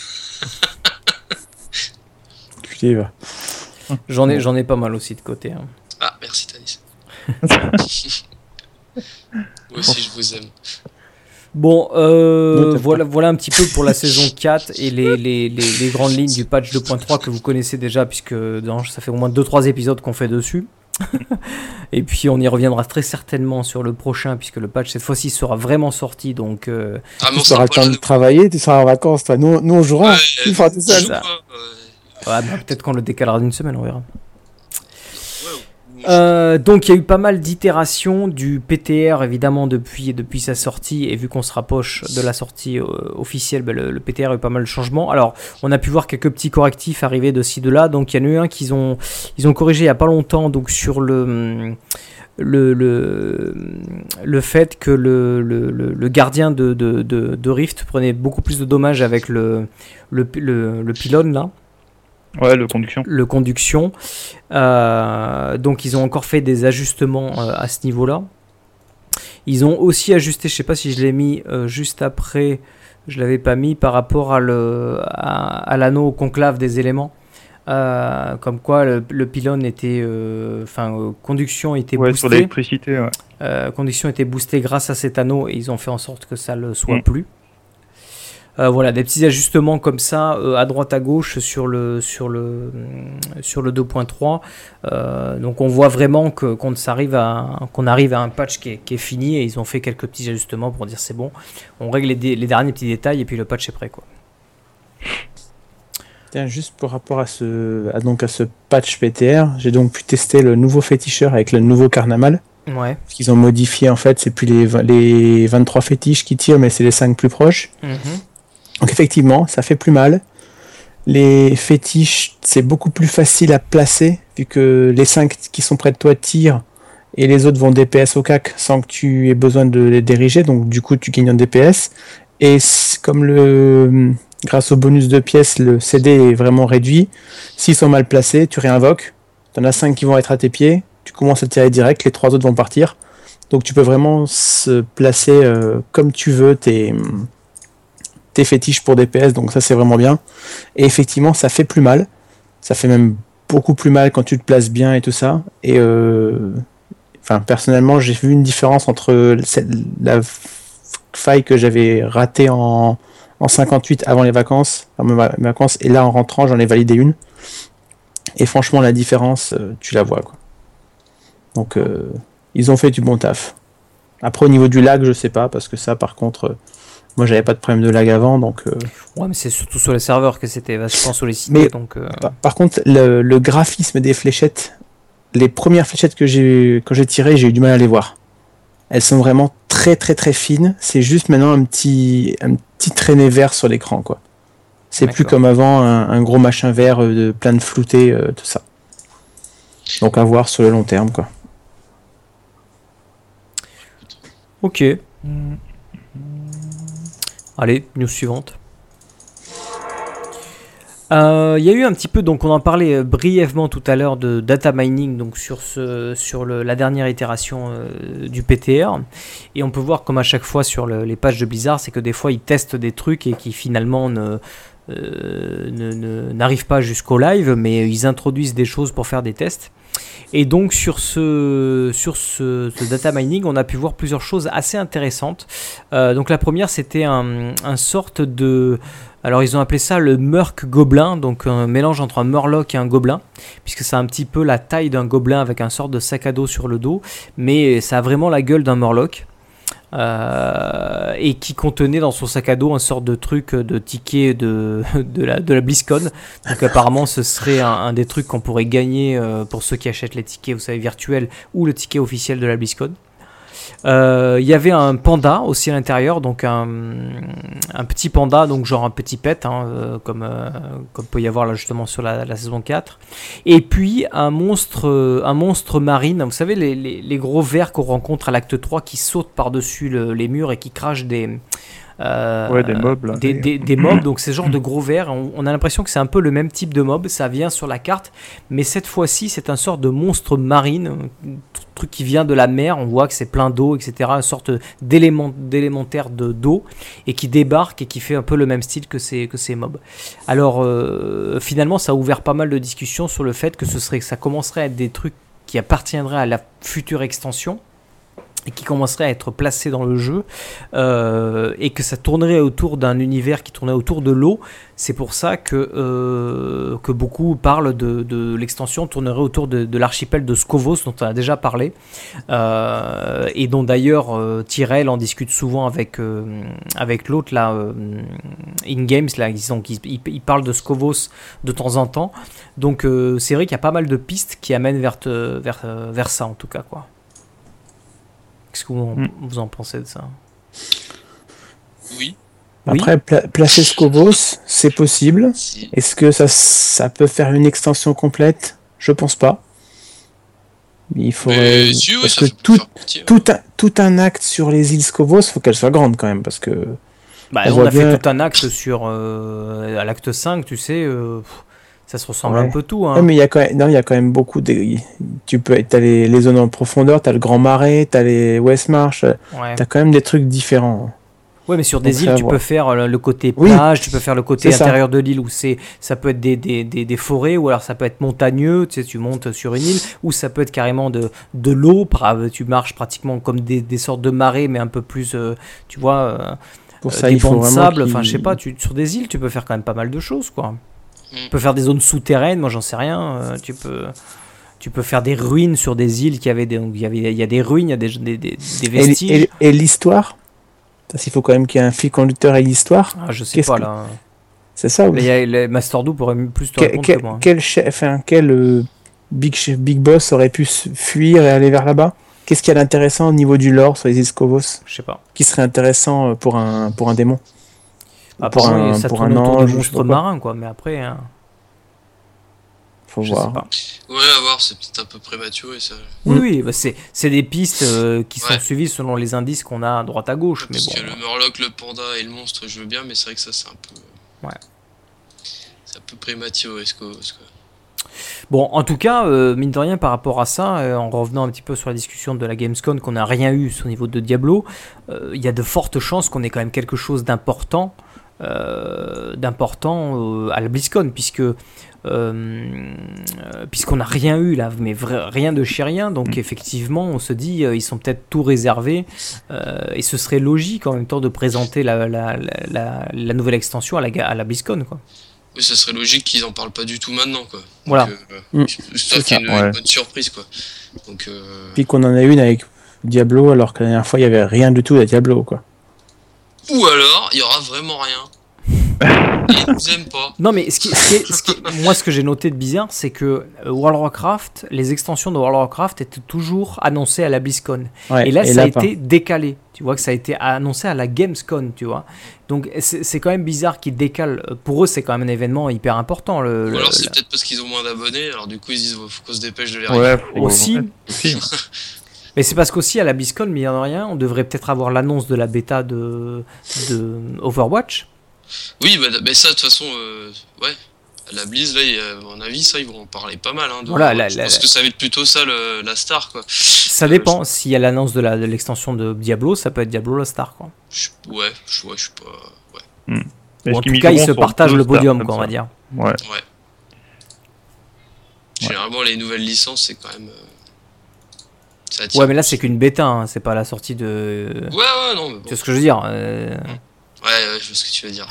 Tu y vas. J'en ai pas mal aussi de côté. Hein. Ah, merci Tanis. Moi aussi je vous aime. Bon, voilà un petit peu pour la saison 4 et les grandes lignes du patch 2.3 que vous connaissez déjà, puisque ça fait au moins 2-3 épisodes qu'on fait dessus. Et puis on y reviendra très certainement sur le prochain, puisque le patch cette fois-ci sera vraiment sorti. Donc, tu auras le temps de travailler, tu seras en vacances. Toi. Nous on jouera, tu feras tout seul. Peut-être qu'on le décalera d'une semaine, on verra. Donc il y a eu pas mal d'itérations du PTR évidemment depuis sa sortie, et vu qu'on se rapproche de la sortie officielle, le PTR a eu pas mal de changements. Alors on a pu voir quelques petits correctifs arriver de ci de là. Donc il y en a eu un qu'ils ont corrigé il y a pas longtemps, donc sur le fait que le gardien de Rift prenait beaucoup plus de dommages avec le pylône là. Ouais, le conduction. Donc ils ont encore fait des ajustements à ce niveau-là. Ils ont aussi ajusté, je sais pas si je l'ai mis juste après, je l'avais pas mis, par rapport à l'anneau conclave des éléments. Comme quoi le pylône était, conduction était boostée. Sur l'électricité, ouais. Conduction était boostée grâce à cet anneau, et ils ont fait en sorte que ça le soit plus. Voilà, des petits ajustements comme ça à droite à gauche sur le 2.3. Donc on voit vraiment qu'on arrive à un patch qui est fini, et ils ont fait quelques petits ajustements pour dire c'est bon, on règle les derniers petits détails et puis le patch est prêt, quoi. Tiens, juste par rapport à ce patch PTR, j'ai donc pu tester le nouveau féticheur avec le nouveau Carnamal. Ouais. Parce qu'ils ont modifié, en fait, c'est plus les 23 fétiches qui tirent, mais c'est les 5 plus proches. Donc effectivement, ça fait plus mal. Les fétiches, c'est beaucoup plus facile à placer, vu que les 5 qui sont près de toi tirent, et les autres vont DPS au cac sans que tu aies besoin de les diriger, donc du coup tu gagnes en DPS. Et comme grâce au bonus de pièces, le CD est vraiment réduit, s'ils sont mal placés, tu réinvoques, tu en as 5 qui vont être à tes pieds, tu commences à tirer direct, les 3 autres vont partir. Donc tu peux vraiment se placer comme tu veux tes fétiches pour DPS, donc ça c'est vraiment bien. Et effectivement, ça fait plus mal. Ça fait même beaucoup plus mal quand tu te places bien et tout ça. Et personnellement, j'ai vu une différence entre la faille que j'avais ratée en 58 avant les vacances, et là en rentrant, j'en ai validé une. Et franchement, la différence, tu la vois, quoi. Donc, ils ont fait du bon taf. Après, au niveau du lag, je sais pas, parce que ça, par contre... moi, j'avais pas de problème de lag avant, donc... Ouais, mais c'est surtout sur les serveurs que c'était vachement sollicité, mais donc... Par contre, le graphisme des fléchettes, les premières fléchettes quand j'ai tiré, j'ai eu du mal à les voir. Elles sont vraiment très très très fines, c'est juste maintenant un petit traîné vert sur l'écran, quoi. C'est plus comme avant, un gros machin vert plein de floutés, tout ça. Donc à voir sur le long terme, quoi. Ok. Allez, news suivante. Il y a eu un petit peu, donc on en parlait brièvement tout à l'heure, de data mining, donc sur la dernière itération du PTR, et on peut voir comme à chaque fois sur les pages de Blizzard, c'est que des fois ils testent des trucs et qui finalement n'arrivent pas jusqu'au live, mais ils introduisent des choses pour faire des tests. Et donc sur ce data mining, on a pu voir plusieurs choses assez intéressantes. Donc la première, c'était un sorte de... Alors ils ont appelé ça le Murk Gobelin, donc un mélange entre un Murloc et un Gobelin, puisque c'est un petit peu la taille d'un Gobelin avec un sorte de sac à dos sur le dos, mais ça a vraiment la gueule d'un Murloc. Et qui contenait dans son sac à dos un sorte de truc de ticket de la BlizzCon. Donc apparemment ce serait un des trucs qu'on pourrait gagner pour ceux qui achètent les tickets, vous savez, virtuels, ou le ticket officiel de la BlizzCon. Il y avait un panda aussi à l'intérieur, donc un petit panda, donc genre un petit pet, comme peut y avoir là justement sur la saison 4. Et puis un monstre marine, vous savez les gros vers qu'on rencontre à l'acte 3 qui sautent par-dessus les murs et qui crachent des mobs, là. Des mobs, donc c'est ce genre de gros vers. On a l'impression que c'est un peu le même type de mob, ça vient sur la carte, mais cette fois-ci c'est un sort de monstre marine, un truc qui vient de la mer, on voit que c'est plein d'eau, etc., une sorte d'élémentaire d'eau, et qui débarque et qui fait un peu le même style que ces mobs. Alors finalement ça a ouvert pas mal de discussions sur le fait que ça commencerait à être des trucs qui appartiendraient à la future extension. et qui commencerait à être placé dans le jeu, et que ça tournerait autour d'un univers qui tournerait autour de l'eau. C'est pour ça que beaucoup parlent de l'extension tournerait autour de l'archipel de Skovos, dont on a déjà parlé, et dont d'ailleurs Tyrell en discute souvent avec l'autre là, In-Games, là, ils parlent de Skovos de temps en temps. Donc c'est vrai qu'il y a pas mal de pistes qui amènent vers ça en tout cas, quoi. Qu'est-ce que vous en pensez de ça? Oui. Après, placer Skovos, c'est possible. Si. Est-ce que ça peut faire une extension complète? Je pense pas. Il faudrait... parce que tout un acte sur les îles Skovos, faut qu'elle soit grande quand même, parce que... on a fait tout un acte sur... à l'acte 5, tu sais... ça se ressemble un peu tout. Hein. Ouais, mais il y a quand même beaucoup de... T'as les zones en profondeur, t'as le Grand Marais, t'as les Westmarsh, t'as quand même des trucs différents. Ouais, mais sur des îles, tu peux faire le côté plage, tu peux faire le côté intérieur de l'île où ça peut être des forêts, ou alors ça peut être montagneux, tu sais, tu montes sur une île, ou ça peut être carrément de l'eau, tu marches pratiquement comme des sortes de marais, mais un peu plus, tu vois, pour ça, des bancs de sable, enfin, je sais pas, sur des îles, tu peux faire quand même pas mal de choses, quoi. Tu peux faire des zones souterraines, moi j'en sais rien, tu peux faire des ruines sur des îles il y a des ruines, il y a des vestiges. Et l'histoire? Parce qu'il faut quand même qu'il y ait un fil conducteur et l'histoire. Ah, je sais pas là. C'est ça. Les Masterdou pourrait plus te répondre que moi. Quel big boss aurait pu fuir et aller vers là-bas? Qu'est-ce qu'il y a d'intéressant au niveau du lore sur les îles Skovos? Je sais pas. Qui serait intéressant pour un démon? Pour un ange, de monstre marin, quoi. Mais après, faut voir. Ouais, à voir, c'est peut-être un peu prématuré, ça. Oui, c'est des pistes qui sont suivies selon les indices qu'on a à droite à gauche. Parce que le Murloc, le panda et le monstre, je veux bien, mais c'est vrai que ça, c'est un peu. Ouais. C'est un peu prématuré, ce quoi. Bon, en tout cas, mine de rien, par rapport à ça, en revenant un petit peu sur la discussion de la Gamescom, qu'on n'a rien eu au niveau de Diablo, il y a de fortes chances qu'on ait quand même quelque chose d'important à la BlizzCon, puisqu'on n'a rien eu là, mais rien de chez rien, donc effectivement on se dit ils sont peut-être tout réservés, et ce serait logique en même temps de présenter la nouvelle extension à la BlizzCon, quoi. Oui, ça serait logique qu'ils en parlent pas du tout maintenant, quoi. Voilà. J'espère qu'il y a une bonne surprise, quoi. Donc, puis qu'on en a une avec Diablo, alors que la dernière fois il y avait rien du tout à Diablo, quoi. Ou alors, il y aura vraiment rien. Ils nous aiment pas. Non, mais moi, ce que j'ai noté de bizarre, c'est que World of Warcraft, les extensions de World of Warcraft étaient toujours annoncées à la BlizzCon. Ouais, et là, ça a été décalé. Tu vois que ça a été annoncé à la Gamescom, tu vois. Donc, c'est quand même bizarre qu'ils décalent. Pour eux, c'est quand même un événement hyper important. Ou alors, c'est peut-être parce qu'ils ont moins d'abonnés. Alors, du coup, ils disent faut qu'on se dépêche de les aussi. Mais c'est parce qu'aussi à la BlizzCon, mais il n'y en a rien, on devrait peut-être avoir l'annonce de la bêta de Overwatch. Oui, mais ça, de toute façon, à la Blizz, là, à mon avis, ça, ils vont en parler pas mal. Hein, je pense que ça va être plutôt ça, la star, quoi. Ça dépend, s'il y a l'annonce de l'extension de Diablo, ça peut être Diablo la star, quoi. Je suis pas... Ou en tout cas, ils se partagent le podium, quoi, on va dire. Ouais. Généralement, les nouvelles licences, c'est quand même... Ouais, mais là, c'est qu'une bêta, hein, c'est pas la sortie de... Ouais, non, mais bon. C'est ce que je veux dire. Ouais, je vois ce que tu veux dire.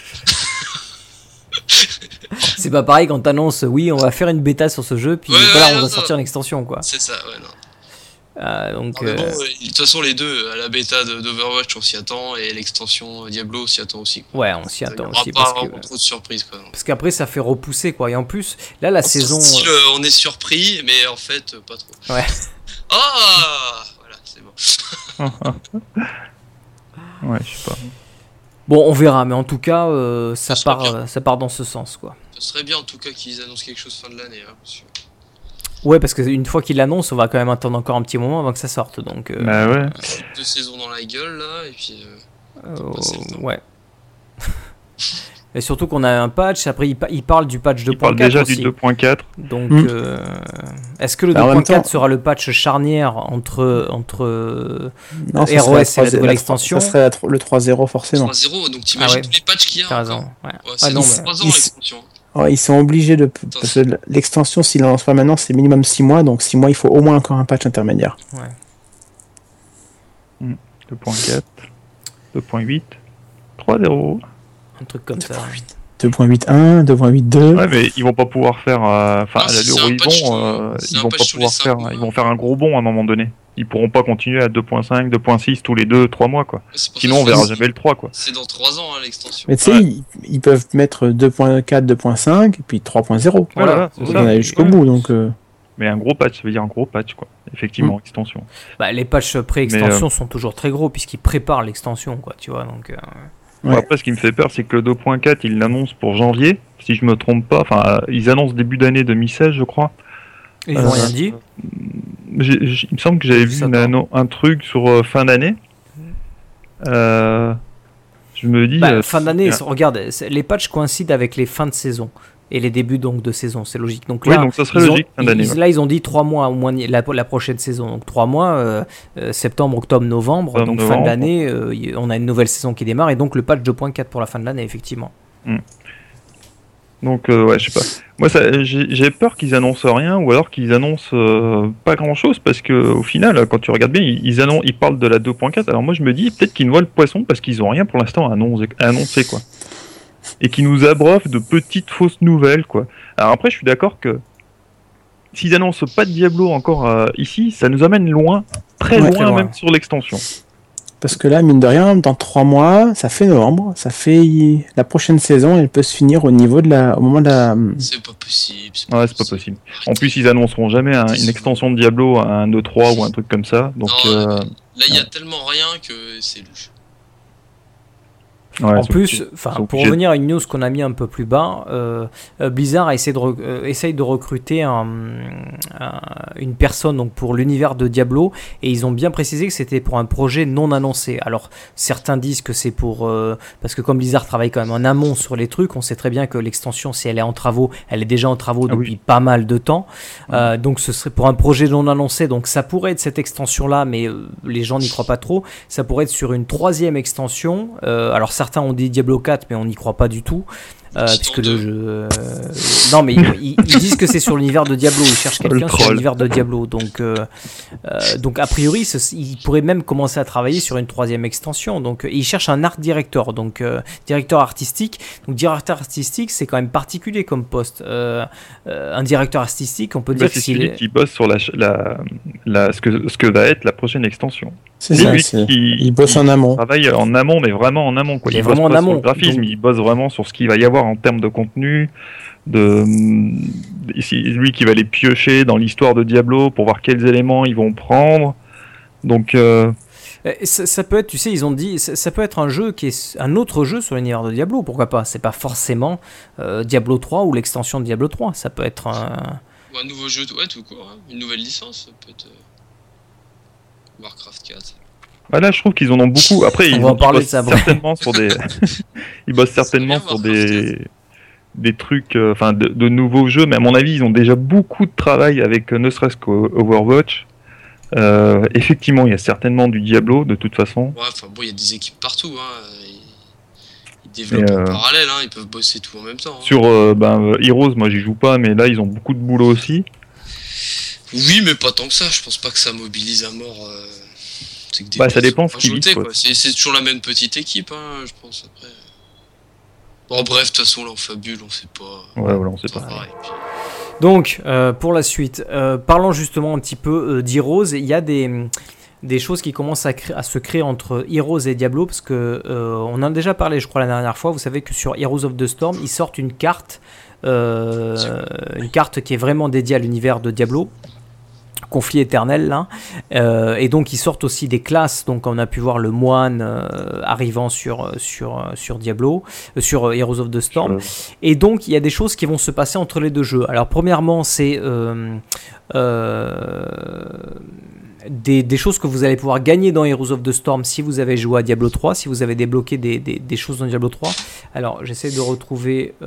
C'est pas pareil quand t'annonces, oui, on va faire une bêta sur ce jeu, puis on va sortir une extension, quoi. C'est ça, ouais, non. Donc, mais bon, de toute façon, les deux, à la bêta d'Overwatch, on s'y attend, et l'extension Diablo, on s'y attend aussi, quoi. Ouais, on s'y attend aussi. Il n'y aura pas vraiment trop de surprises, quoi. Parce qu'après, ça fait repousser, quoi. Et en plus, là, la saison... on est surpris, mais en fait, pas trop. Ouais. Ah, voilà, c'est bon. Ouais, je sais pas. Bon, on verra, mais en tout cas, ça part dans ce sens, quoi. Ce serait bien, en tout cas, qu'ils annoncent quelque chose fin de l'année, hein, monsieur. Ouais, parce qu'une fois qu'ils l'annoncent, on va quand même attendre encore un petit moment avant que ça sorte, donc... Bah ouais. 2 saisons dans la gueule, là, et puis... ouais. Et surtout qu'on a un patch, après il parle du patch 2.4 Il parle déjà aussi. du 2.4. Donc, est-ce que le 2.4 sera le patch charnière entre non, ROS et la nouvelle extension? Ça serait le 3.0 forcément. 3.0, donc t'imagines tous les patchs qu'il y a. T'as raison. Ouais. C'est 3 ans l'extension. Ouais, ils sont obligés de... Parce que l'extension, s'ils ne lancent pas maintenant, c'est minimum 6 mois, donc 6 mois, il faut au moins encore un patch intermédiaire. Ouais. 2.4, 2.8, 3.0. Un truc comme ça. 2.8.1, 2.8.2. Ouais, mais ils vont pas pouvoir faire. Enfin, à l'allure où ils vont pas pouvoir faire. Ils vont faire un gros bond à un moment donné. Ils pourront pas continuer à 2.5, 2.6 tous les 2-3 mois, quoi. Sinon, on verra jamais le 3, quoi. C'est dans 3 ans, l'extension. Mais tu sais, ils peuvent mettre 2.4, 2.5 et puis 3.0. Voilà, on en a jusqu'au bout, donc. Mais un gros patch, ça veut dire un gros patch, quoi. Effectivement, extension. Bah, les patchs pré-extension sont toujours très gros puisqu'ils préparent l'extension, quoi, tu vois, donc... Bon, après, ce qui me fait peur, c'est que le 2.4, ils l'annoncent pour janvier, si je me trompe pas. Enfin, ils annoncent début d'année 2016, je crois. Ils n'ont rien dit. Il me semble que j'avais vu un truc sur fin d'année. Je me dis... fin d'année, regarde, les patchs coïncident avec les fins de saison. Et les débuts donc de saison, c'est logique. Donc là, donc ça serait logique, fin d'année. Là, ils ont dit 3 mois au moins la prochaine saison. Donc 3 mois, septembre, octobre, novembre. Donc fin de l'année, on a une nouvelle saison qui démarre. Et donc le patch 2.4 pour la fin de l'année, effectivement. Donc ouais, je sais pas. Moi, j'ai peur qu'ils annoncent rien ou alors qu'ils annoncent pas grand chose parce que au final, quand tu regardes bien, ils parlent de la 2.4. Alors moi, je me dis peut-être qu'ils noient le poisson parce qu'ils ont rien pour l'instant à annoncer, quoi. Et qui nous abreuvent de petites fausses nouvelles, quoi. Alors après, je suis d'accord que s'ils annoncent pas de Diablo encore ici, ça nous amène loin, très loin même sur l'extension. Parce que là, mine de rien, dans 3 mois, ça fait novembre, ça fait la prochaine saison, elle peut se finir au moment de la... C'est pas possible. C'est pas possible. En plus, ils annonceront jamais une extension de Diablo à un E3 ou un truc comme ça. Donc là, il y a tellement rien que c'est louche. Ouais, en plus, pour revenir à une news qu'on a mis un peu plus bas, Blizzard essaye de recruter une personne donc pour l'univers de Diablo, et ils ont bien précisé que c'était pour un projet non annoncé. Alors certains disent que c'est pour parce que comme Blizzard travaille quand même en amont sur les trucs, on sait très bien que l'extension, si elle est en travaux, elle est déjà en travaux depuis pas mal de temps. Donc ce serait pour un projet non annoncé, donc ça pourrait être cette extension là, mais les gens n'y croient pas trop. Ça pourrait être sur une 3e extension. Alors certains ont dit Diablo 4, mais on n'y croit pas du tout. Puisque le jeu... non, mais ils disent que c'est sur l'univers de Diablo. Ils cherchent quelqu'un sur l'univers de Diablo. Donc a priori, ils pourraient même commencer à travailler sur une 3e extension. Donc, ils cherchent un art director, donc directeur artistique. Donc, directeur artistique, c'est quand même particulier comme poste. Un directeur artistique, on peut dire c'est celui qui bosse sur ce que va être la prochaine extension. C'est ça, il bosse en amont. Il travaille en amont, mais vraiment en amont, quoi. Il bosse pas sur le graphisme, il bosse vraiment sur ce qu'il va y avoir en termes de contenu, c'est lui qui va les piocher dans l'histoire de Diablo pour voir quels éléments ils vont prendre. Donc ça peut être, tu sais, ils ont dit, ça peut être un jeu qui est un autre jeu sur l'univers de Diablo, pourquoi pas. C'est pas forcément Diablo 3 ou l'extension de Diablo 3, ça peut être ou un nouveau jeu, tout court, hein. Une nouvelle licence, peut-être Warcraft 4. Là, je trouve qu'ils en ont beaucoup. Après, ils bossent certainement sur des. Ils bossent certainement sur des trucs, de nouveaux jeux. Mais à mon avis, ils ont déjà beaucoup de travail avec ne serait-ce qu'Overwatch. Effectivement, il y a certainement du Diablo de toute façon. Ouais, il y a des équipes partout. Hein. Ils développent en parallèle. Hein. Ils peuvent bosser tout en même temps. Hein. Sur Heroes, moi, j'y joue pas, mais là, ils ont beaucoup de boulot aussi. Oui, mais pas tant que ça. Je pense pas que ça mobilise à mort. Ça dépend ce qu'ils disent. C'est toujours la même petite équipe, hein, je pense. Après. Bon, bref, de toute façon, là, on fabule, on sait pas. Ouais, voilà, on sait pas. Pareil, puis... Donc, pour la suite, parlons justement un petit peu d'Heroes. Il y a des choses qui commencent à se créer entre Heroes et Diablo, parce que on en a déjà parlé, je crois, la dernière fois. Vous savez que sur Heroes of the Storm, ils sortent une carte qui est vraiment dédiée à l'univers de Diablo. Conflit éternel là, et donc ils sortent aussi des classes. Donc on a pu voir le moine arrivant sur Diablo, sur Heroes of the Storm, et donc il y a des choses qui vont se passer entre les deux jeux. Alors premièrement, c'est des choses que vous allez pouvoir gagner dans Heroes of the Storm si vous avez joué à Diablo 3, si vous avez débloqué des choses dans Diablo 3. Alors j'essaie de retrouver...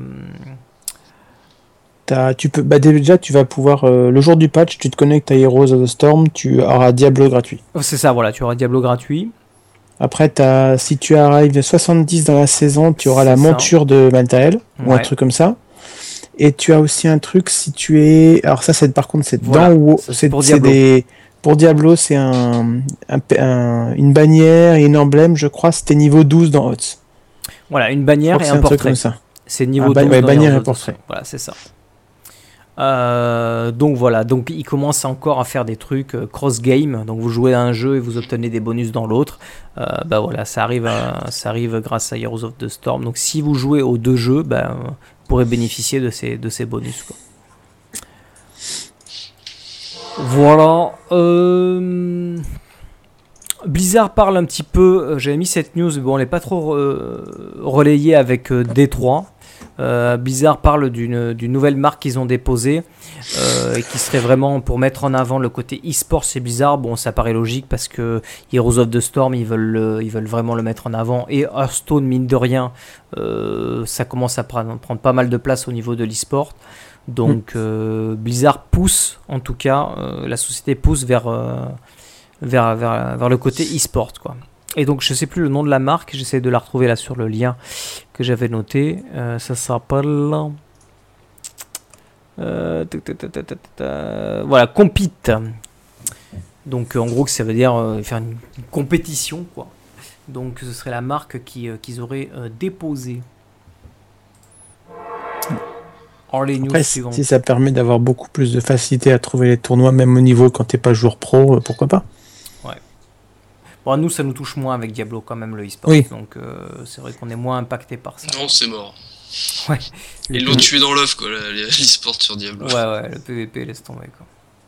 déjà tu vas pouvoir le jour du patch, tu te connectes à Heroes of the Storm, tu auras Diablo gratuit. C'est ça, voilà, tu auras Diablo gratuit. Après si tu arrives 70 dans la saison, tu auras la monture de Maltael ou un truc comme ça. Et tu as aussi un truc si tu es, alors ça c'est par contre c'est voilà, dans WoW, c'est Pour Diablo, c'est une bannière et un emblème, je crois. C'était niveau 12 dans HOTS. Voilà, une bannière et un portrait. C'est niveau 12 dans bannière et portrait. Voilà, c'est ça. Donc voilà, donc il commence encore à faire des trucs cross-game. Donc vous jouez à un jeu et vous obtenez des bonus dans l'autre. Bah voilà, ça arrive grâce à Heroes of the Storm. Donc si vous jouez aux deux jeux, vous pourrez bénéficier de ces bonus, quoi. Voilà. Blizzard parle un petit peu. J'avais mis cette news, bon, elle n'est pas trop relayée avec Détroit. Blizzard parle d'une nouvelle marque qu'ils ont déposée et qui serait vraiment pour mettre en avant le côté e-sport chez Blizzard. Bon, ça paraît logique parce que Heroes of the Storm, ils veulent vraiment le mettre en avant. Et Hearthstone, mine de rien, ça commence à prendre pas mal de place au niveau de l'e-sport. Donc Blizzard pousse, en tout cas, la société pousse vers le côté e-sport, quoi. Et donc je sais plus le nom de la marque, j'essaie de la retrouver là sur le lien que j'avais noté. Ça s'appelle voilà, Compete. Donc en gros ça veut dire faire une compétition, quoi. Donc ce serait la marque qu'ils auraient déposée. Après, si ça permet d'avoir beaucoup plus de facilité à trouver les tournois, même au niveau quand t'es pas joueur pro, pourquoi pas. Ouais. Bon, nous, ça nous touche moins avec Diablo quand même, le e-sport. Oui. Donc c'est vrai qu'on est moins impacté par ça. Non, c'est mort. Ouais. Ils l'ont tué dans l'œuf, quoi, l'e-sport sur Diablo. Ouais, le PVP laisse tomber, quoi.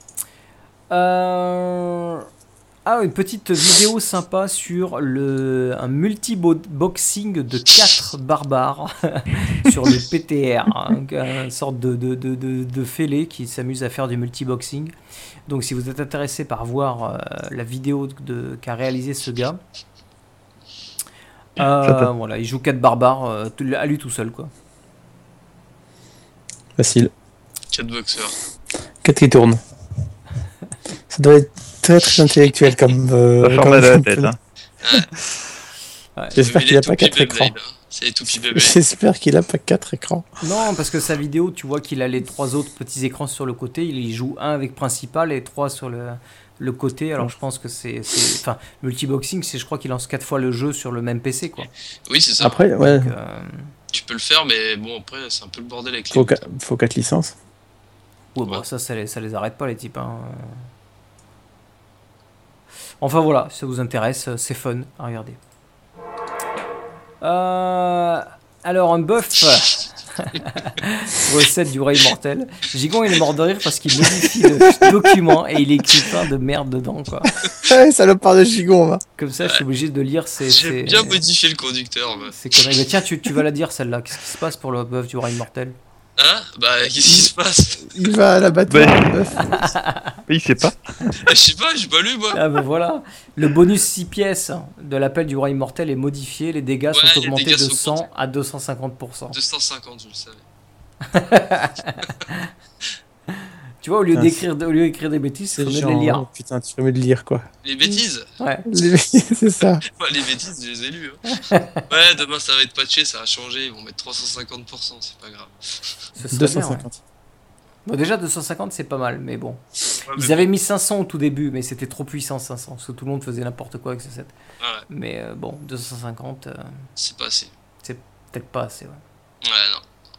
Une petite vidéo sympa sur un multi-boxing de 4 barbares sur le PTR, une sorte de fêlé qui s'amuse à faire du multi-boxing. Donc si vous êtes intéressé par voir la vidéo qu'a réalisé ce gars, voilà, il joue 4 barbares à lui tout seul, quoi. Facile. 4 boxeurs. 4 qui tournent. Ça doit être très très intellectuel comme format de la tête, hein. Ouais. J'espère qu'il n'a pas 4 écrans. C'est tout petit bébé. J'espère qu'il n'a pas 4 écrans. Non, parce que sa vidéo, tu vois qu'il a les 3 autres petits écrans sur le côté. Il joue un avec principal et 3 sur le côté. Alors je pense que c'est enfin, multiboxing, je crois qu'il lance 4 fois le jeu sur le même PC, quoi. Oui, c'est ça. Après, ouais. Donc, tu peux le faire, mais bon, après, c'est un peu le bordel avec faut 4 licences. Ouais, bon, ça les arrête pas, les types, hein. Enfin voilà, si ça vous intéresse, c'est fun à regarder. Alors un buff recette du roi immortel. Gigon, il est mort de rire parce qu'il modifie le document et il écrit plein de merde dedans, quoi. Ouais, salopard de Gigon, va. Comme ça, je suis obligé de lire. J'ai bien modifié le conducteur. C'est connerie. Mais tiens, tu vas la dire celle-là. Qu'est-ce qui se passe pour le buff du roi immortel? Hein? Bah, qu'est-ce qui se passe? Il va à l'abattoir, le buff. Il sait pas. Je sais pas, j'ai pas lu, moi. Ah ben voilà. Le bonus 6 pièces de l'appel du roi immortel est modifié. Les dégâts sont augmentés de 100 à 250%. 250, je le savais. Tu vois, au lieu d'écrire des bêtises, c'est mieux de les lire. Putain, tu fais mieux de lire, quoi. Les bêtises? Ouais. C'est ça. Ouais, les bêtises, je les ai lues. Hein. Ouais, demain ça va être patché, ça va changer. Ils vont mettre 350%, c'est pas grave. 250. Bien, ouais. Bon, déjà 250 c'est pas mal, mais bon. Ouais, Ils avaient mis 500 au tout début, mais c'était trop puissant 500, parce que tout le monde faisait n'importe quoi avec ce set. Ouais. Mais bon, 250, c'est pas assez. c'est peut-être pas assez. Ouais. Ouais,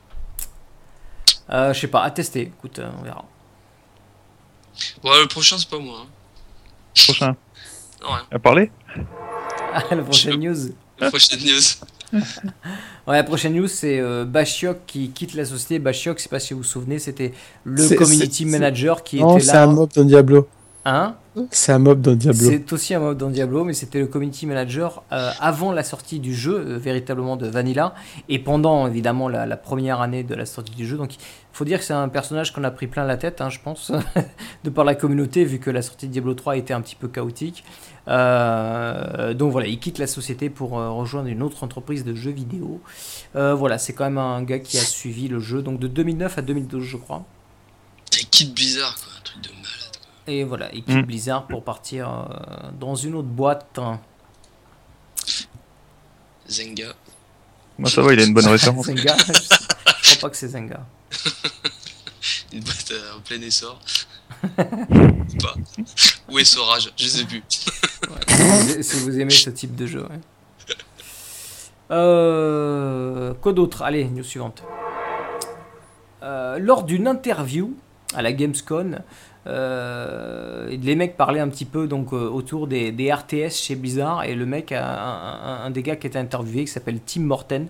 non. Je sais pas, à tester, écoute, on verra. Bon, le prochain, c'est pas moi. Hein. Prochain. Non, rien. À parler. La prochaine news. La prochaine news. Ouais, la prochaine news, c'est Bashiok qui quitte la société. Bashiok, je sais pas si vous vous souvenez, c'était le community manager qui était là. Non, c'est un mob dans Diablo. Hein? C'est un mob dans Diablo. C'est aussi un mob dans Diablo, mais c'était le community manager avant la sortie du jeu, véritablement de Vanilla, et pendant évidemment la première année de la sortie du jeu. Donc il faut dire que c'est un personnage qu'on a pris plein la tête, hein, je pense, de par la communauté, vu que la sortie de Diablo 3 était un petit peu chaotique. Donc voilà, il quitte la société pour rejoindre une autre entreprise de jeux vidéo. Voilà, c'est quand même un gars qui a suivi le jeu, donc de 2009 à 2012, je crois. C'est kit bizarre, quoi, un truc de malade. Et voilà, il quitte Blizzard pour partir dans une autre boîte. Zynga. Moi ça va, il a une bonne référence. Zynga, je crois pas que c'est Zynga. Une boîte en plein essor. Pas. Où est Saurage? Je sais plus. Ouais, si vous aimez ce type de jeu. Ouais. Quoi d'autre? Allez, news suivante. Lors d'une interview à la Gamescom, les mecs parlaient un petit peu donc autour des RTS chez Blizzard, et le mec, un des gars qui était interviewé, qui s'appelle Tim Morten,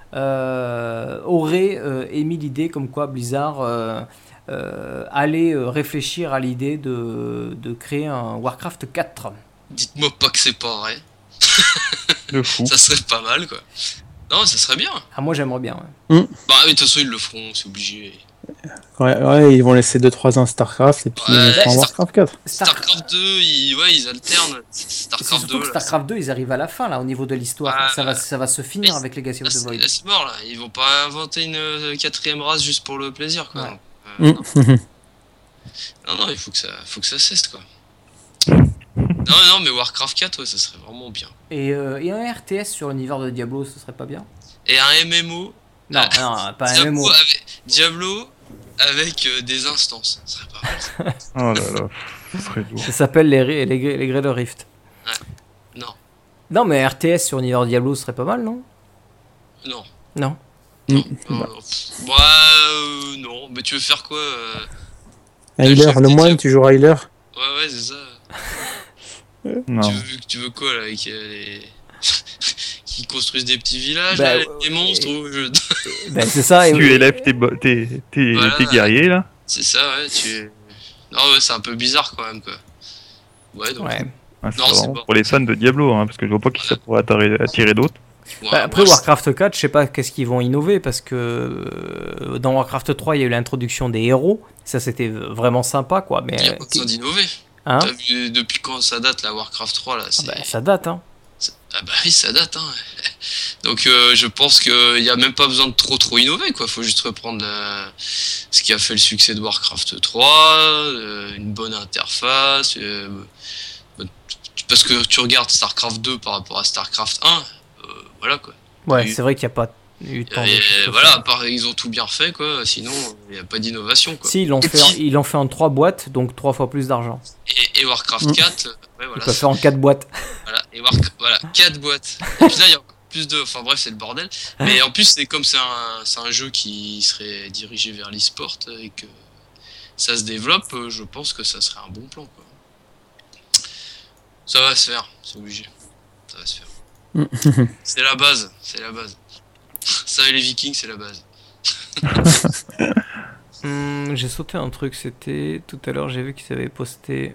aurait émis l'idée comme quoi Blizzard allait réfléchir à l'idée de créer un Warcraft 4. Dites-moi pas que c'est pas vrai. Le fou. Ça serait pas mal, quoi. Non, ça serait bien. Ah, moi j'aimerais bien. Ouais. Bah oui, de toute façon ils le feront, c'est obligé. Ouais, ils vont laisser 2-3 ans Starcraft et puis ils feront Warcraft 4. Starcraft 2, ils alternent. Starcraft 2. Starcraft 2, ils arrivent à la fin là au niveau de l'histoire. Ça va se finir avec Legacy of the Void. C'est mort là. Ils vont pas inventer une 4ème race juste pour le plaisir, quoi. Ouais. Non, il faut que ça cesse, quoi. Non, mais Warcraft 4, ouais, ça serait vraiment bien. Et un RTS sur l'univers de Diablo, ce serait pas bien? Et un MMO. Non, pas un MMO. Diablo avec des instances, ça serait pas mal. Oh là là, ça serait lourd. Ça s'appelle les Greater Rift. Ouais. Non. Non, mais RTS sur l'univers de Diablo, ce serait pas mal, non? Non. Non. Non. Non. Mais tu veux faire quoi Healer, le moine, tu joueras Healer? Ouais, c'est ça. Non. Tu veux quoi là avec qui construisent des petits villages, Bah, là, des monstres Ben, c'est ça. Tu élèves tes guerriers là. C'est ça, ouais. Non, ouais, c'est un peu bizarre quand même, quoi. Ouais, donc. Ouais. Ah, c'est Non, c'est vraiment pas. pour les fans de Diablo, hein, parce que je vois pas qui ça pourrait attirer d'autres. Ouais, Bah, après moi, Warcraft 4, je sais pas qu'est-ce qu'ils vont innover, parce que dans Warcraft 3, il y a eu l'introduction des héros. Ça, c'était vraiment sympa, quoi. Mais il n'y a pas besoin d'innover. hein, T'as vu depuis quand ça date, la Warcraft 3 là bah, ça date, hein. Ah bah oui, ça date, hein. Donc je pense qu'il n'y a même pas besoin de trop innover, quoi. Faut juste reprendre ce qui a fait le succès de Warcraft 3, une bonne interface. Parce que tu regardes StarCraft 2 par rapport à StarCraft 1, voilà, quoi. Ouais, c'est vrai qu'il n'y a pas eu tant de choses. Voilà, à part ils ont tout bien fait, quoi. Sinon, il n'y a pas d'innovation, quoi. Si, ils l'ont fait en 3 boîtes, donc 3 fois plus d'argent. Et Warcraft 4, ouais, voilà. Ils peuvent faire en 4 boîtes. Voilà, et voilà, 4 boîtes. Et puis là, il y a encore plus de. Enfin bref, c'est le bordel. Mais en plus, c'est un jeu qui serait dirigé vers l'e-sport et que ça se développe, je pense que ça serait un bon plan, quoi. Ça va se faire, c'est obligé. Ça va se faire. C'est la base. Ça et les Vikings, c'est la base. J'ai sauté un truc, c'était tout à l'heure, j'ai vu qu'ils avaient posté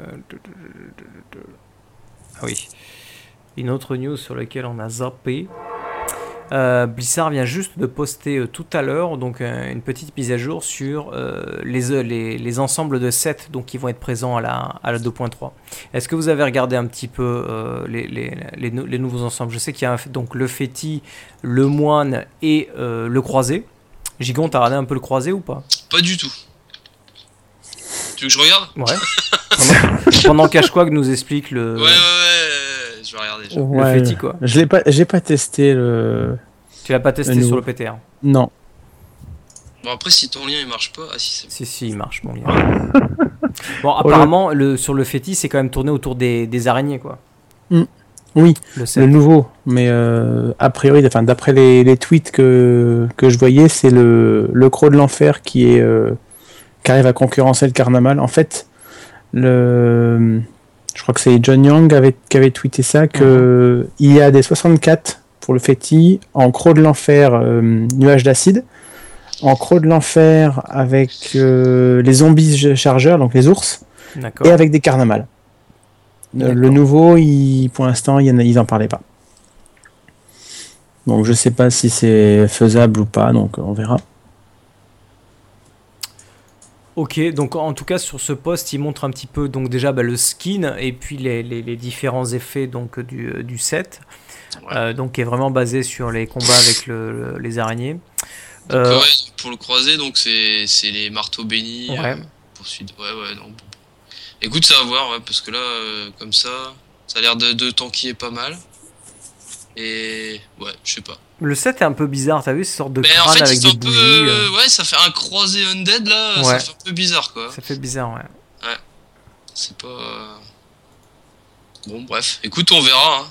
ah oui, une autre news sur laquelle on a zappé. Blizzard vient juste de poster tout à l'heure donc une petite mise à jour sur les ensembles de sets donc qui vont être présents à la 2.3. Est-ce que vous avez regardé un petit peu les nouveaux ensembles? Je sais qu'il y a donc le Féti, le Moine et le Croisé. Gigon, t'as regardé un peu le Croisé ou pas? Pas du tout. Tu veux que je regarde? Ouais. Pendant qu'Ashquag nous explique le... Ouais, je vais regarder. Le Féti, quoi. J'ai pas testé le... Tu l'as pas testé sur le PTR? Non. Bon, après, si ton lien il marche pas... Ah si, c'est bon. Si, il marche, mon lien. Bon, apparemment, sur le Féti, c'est quand même tourné autour des araignées, quoi. Oui, le nouveau. Mais a priori, d'après les tweets que je voyais, c'est le Croc de l'Enfer qui arrive à concurrencer le Carnaval. En fait, je crois que c'est John Young qui avait tweeté ça, que il y a des 64 pour le Féti, en Croc de l'Enfer, nuage d'acide, en Croc de l'Enfer avec les zombies chargeurs, donc les ours, et avec des carnavals. Le nouveau, pour l'instant, ils en parlaient pas. Donc je sais pas si c'est faisable ou pas, donc on verra. Ok, donc en tout cas sur ce post, il montre un petit peu donc déjà le skin et puis les différents effets donc du set, donc qui est vraiment basé sur les combats avec les araignées. Pour le croisé, donc c'est les marteaux bénis. Ouais. Non. Écoute, ça va voir, parce que là, comme ça a l'air de tanker pas mal. Et ouais, je sais pas. Le set est un peu bizarre, t'as vu, ces sortes de crânes en fait, avec des bougies. Ouais, ça fait un croisé undead là, ça fait un peu bizarre quoi. Ça fait bizarre, ouais. Ouais. C'est pas... Bon, bref, écoute, on verra.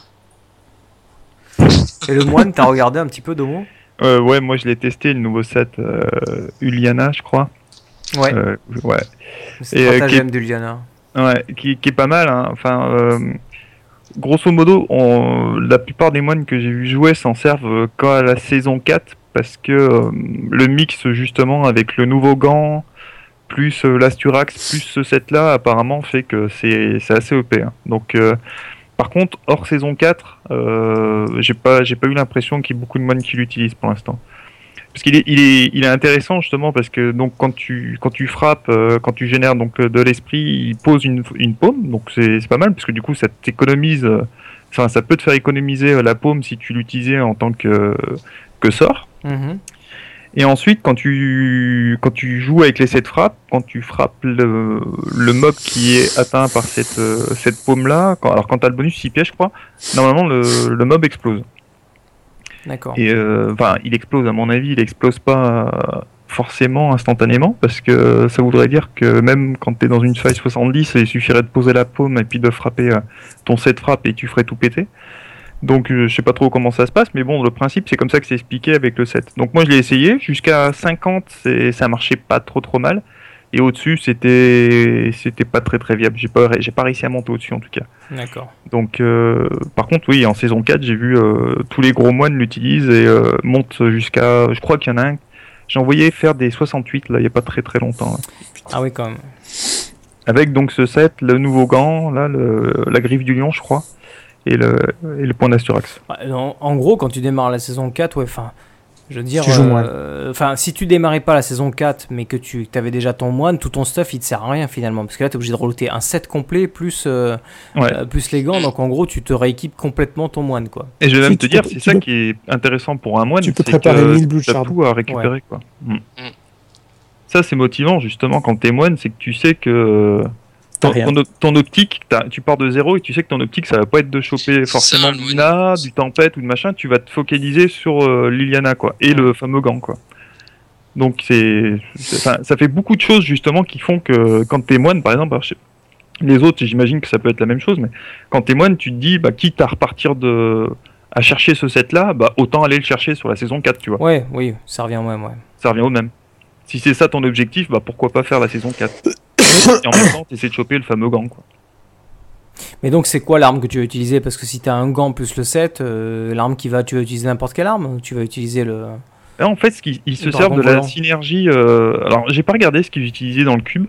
Hein. Et le moine, t'as regardé un petit peu, Domo ? Ouais, moi je l'ai testé, le nouveau set Uliana, je crois. Ouais. Ouais. C'est le stratagème d'Uliana. Ouais, qui est pas mal, hein. Enfin... grosso modo, la plupart des moines que j'ai vu jouer s'en servent qu'à la saison 4 parce que le mix justement avec le nouveau gant plus l'Asturax plus ce set là apparemment fait que c'est assez OP. Hein. Donc par contre hors saison 4, j'ai pas eu l'impression qu'il y ait beaucoup de moines qui l'utilisent pour l'instant. Parce qu'il est intéressant justement parce que donc quand tu frappes, quand tu génères donc de l'esprit, il pose une paume, donc c'est pas mal parce que du coup ça t'économise, enfin ça peut te faire économiser la paume si tu l'utilisais en tant que sort. Mm-hmm. Et ensuite quand tu joues avec les 7 frappes, quand tu frappes le mob qui est atteint par cette paume là, quand t'as le bonus 6 pièges je crois, normalement le mob explose. D'accord. Et il explose à mon avis, il explose pas forcément instantanément parce que ça voudrait dire que même quand t'es dans une faille 70, il suffirait de poser la paume et puis de frapper ton set frappe et tu ferais tout péter. Donc je sais pas trop comment ça se passe, mais bon le principe c'est comme ça que c'est expliqué avec le set. Donc moi je l'ai essayé, jusqu'à 50 ça marchait pas trop mal. Et au-dessus, c'était pas très viable. J'ai pas réussi à monter au-dessus en tout cas. D'accord. Donc, par contre, oui, en saison 4, j'ai vu tous les gros moines l'utilisent et montent jusqu'à. Je crois qu'il y en a un. J'ai envoyé faire des 68 là, il y a pas très longtemps. Là. Ah oui, quand même. Avec donc ce set, le nouveau gant, là, la griffe du lion, je crois, et le point d'Asturax. En gros, quand tu démarres la saison 4, ouais, enfin. Je veux dire, si tu démarrais pas la saison 4, mais que tu avais déjà ton moine, tout ton stuff, il te sert à rien finalement. Parce que là, tu es obligé de relouter un set complet plus les gants. Donc en gros, tu te rééquipes complètement ton moine. Quoi. Et je vais même te dire, c'est ça qui est intéressant pour un moine. Tu peux préparer 1000 Blue Shard. Tout à récupérer. Quoi. Ça, c'est motivant justement quand tu es moine, c'est que tu sais que. Ton optique, tu pars de 0 et tu sais que ton optique ça va pas être de choper forcément Lina, du tempête ou de machin, tu vas te focaliser sur Liliana quoi, et le fameux gant quoi. Donc ça fait beaucoup de choses justement qui font que quand t'es moine par exemple, les autres j'imagine que ça peut être la même chose, mais quand t'es moine tu te dis quitte à repartir à chercher ce set là, autant aller le chercher sur la saison 4 tu vois. Ouais, oui, ça revient au même, ouais. Ça revient au même. Si c'est ça ton objectif, pourquoi pas faire la saison 4 et en même temps, tu essaies de choper le fameux gant, quoi. Mais donc, c'est quoi l'arme que tu vas utiliser ? Parce que si tu as un gant plus le set, l'arme tu vas utiliser n'importe quelle arme ? Tu vas utiliser le... Là, en fait, ils se servent de la synergie... Alors, j'ai pas regardé ce qu'ils utilisaient dans le cube.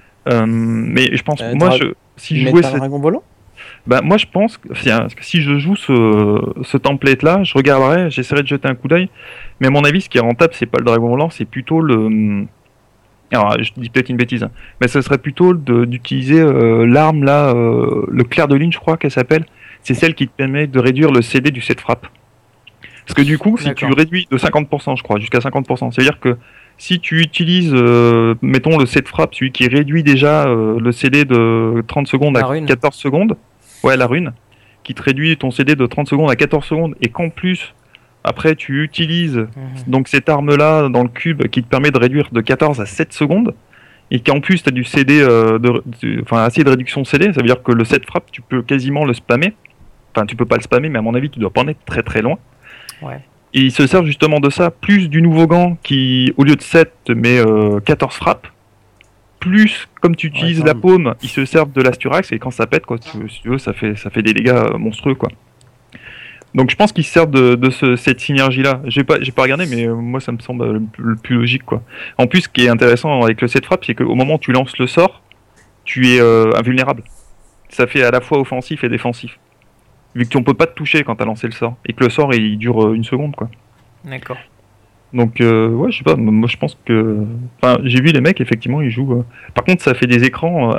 Mais je pense... si je jouais... dragon volant ? Moi, je pense que si je joue ce template-là, j'essaierai de jeter un coup d'œil. Mais à mon avis, ce qui est rentable, c'est pas le dragon volant, c'est plutôt le... Alors, je dis peut-être une bêtise, hein, mais ce serait plutôt d'utiliser l'arme là, le clair de lune, je crois qu'elle s'appelle. C'est celle qui te permet de réduire le CD du set frappe. Parce que du coup, si tu réduis de 50%, je crois, jusqu'à 50%, c'est-à-dire que si tu utilises, mettons le set frappe, celui qui réduit déjà le CD de 30 secondes à 14 secondes, ouais, la rune, qui te réduit ton CD de 30 secondes à 14 secondes, et qu'en plus, après, tu utilises donc cette arme-là dans le cube qui te permet de réduire de 14 à 7 secondes et qu'en plus tu as du CD, assez de réduction de CD, ça veut dire que le set frappe, tu peux quasiment le spammer. Enfin, tu peux pas le spammer, mais à mon avis, tu dois pas en être très loin. Ouais. Et ils se servent justement de ça, plus du nouveau gant qui, au lieu de 7, te met 14 frappes. Plus, comme tu utilises la paume, ils se servent de l'Asturax et quand ça pète, quoi, si tu veux, ça fait des dégâts monstrueux, quoi. Donc je pense qu'ils se servent de cette synergie-là. J'ai pas regardé, mais moi ça me semble le plus logique, quoi. En plus, ce qui est intéressant avec le set frappe, c'est qu'au moment où tu lances le sort, tu es invulnérable. Ça fait à la fois offensif et défensif. Vu que on peut pas te toucher quand t'as lancé le sort. Et que le sort il dure 1 seconde, quoi. D'accord. Donc ouais, je sais pas, moi je pense que... Enfin, j'ai vu les mecs, effectivement, ils jouent... Par contre, ça fait des écrans...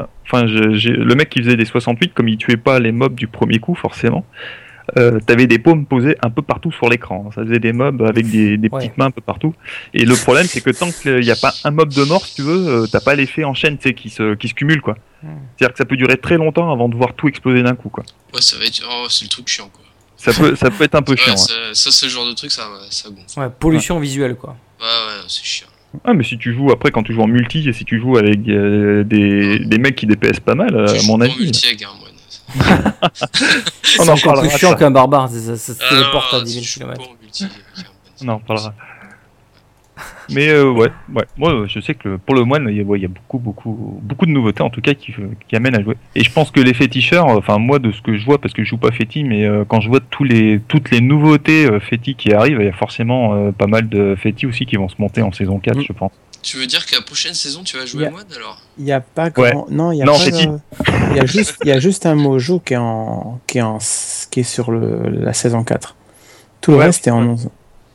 le mec qui faisait des 68, comme il tuait pas les mobs du premier coup, forcément... t'avais des paumes posées un peu partout sur l'écran. Ça faisait des mobs avec des petites mains un peu partout. Et le problème, c'est que tant qu'il n'y a pas un mob de mort, si tu veux, t'as pas l'effet en chaîne, tu sais, qui se cumule, quoi. C'est-à-dire que ça peut durer très longtemps avant de voir tout exploser d'un coup, quoi. Ouais, ça va être... Oh, c'est le truc chiant, quoi. Ça peut être un peu chiant. Ça, c'est le genre de truc, ça gonfle. Ouais, pollution visuelle, quoi. Ouais, c'est chiant. Ah, mais si tu joues, après, quand tu joues en multi, et si tu joues avec des mecs qui DPS pas mal, à mon avis... multi avec un moine. C'est encore plus chiant qu'un barbare, ça se téléporte à 10 000 km. On en parlera. Mais ouais, moi je sais que pour le moine, il y a beaucoup de nouveautés en tout cas qui amènent à jouer. Et je pense que les féticheurs, enfin moi de ce que je vois, parce que je joue pas féti, mais quand je vois toutes les nouveautés féti qui arrivent, il y a forcément pas mal de féti aussi qui vont se monter en saison 4, je pense. Tu veux dire que la prochaine saison tu vas jouer moine alors? Il y a pas grand... Non, il y a pas féti. Il y a juste un mojo qui est sur la saison 4. Tout le reste est en 11.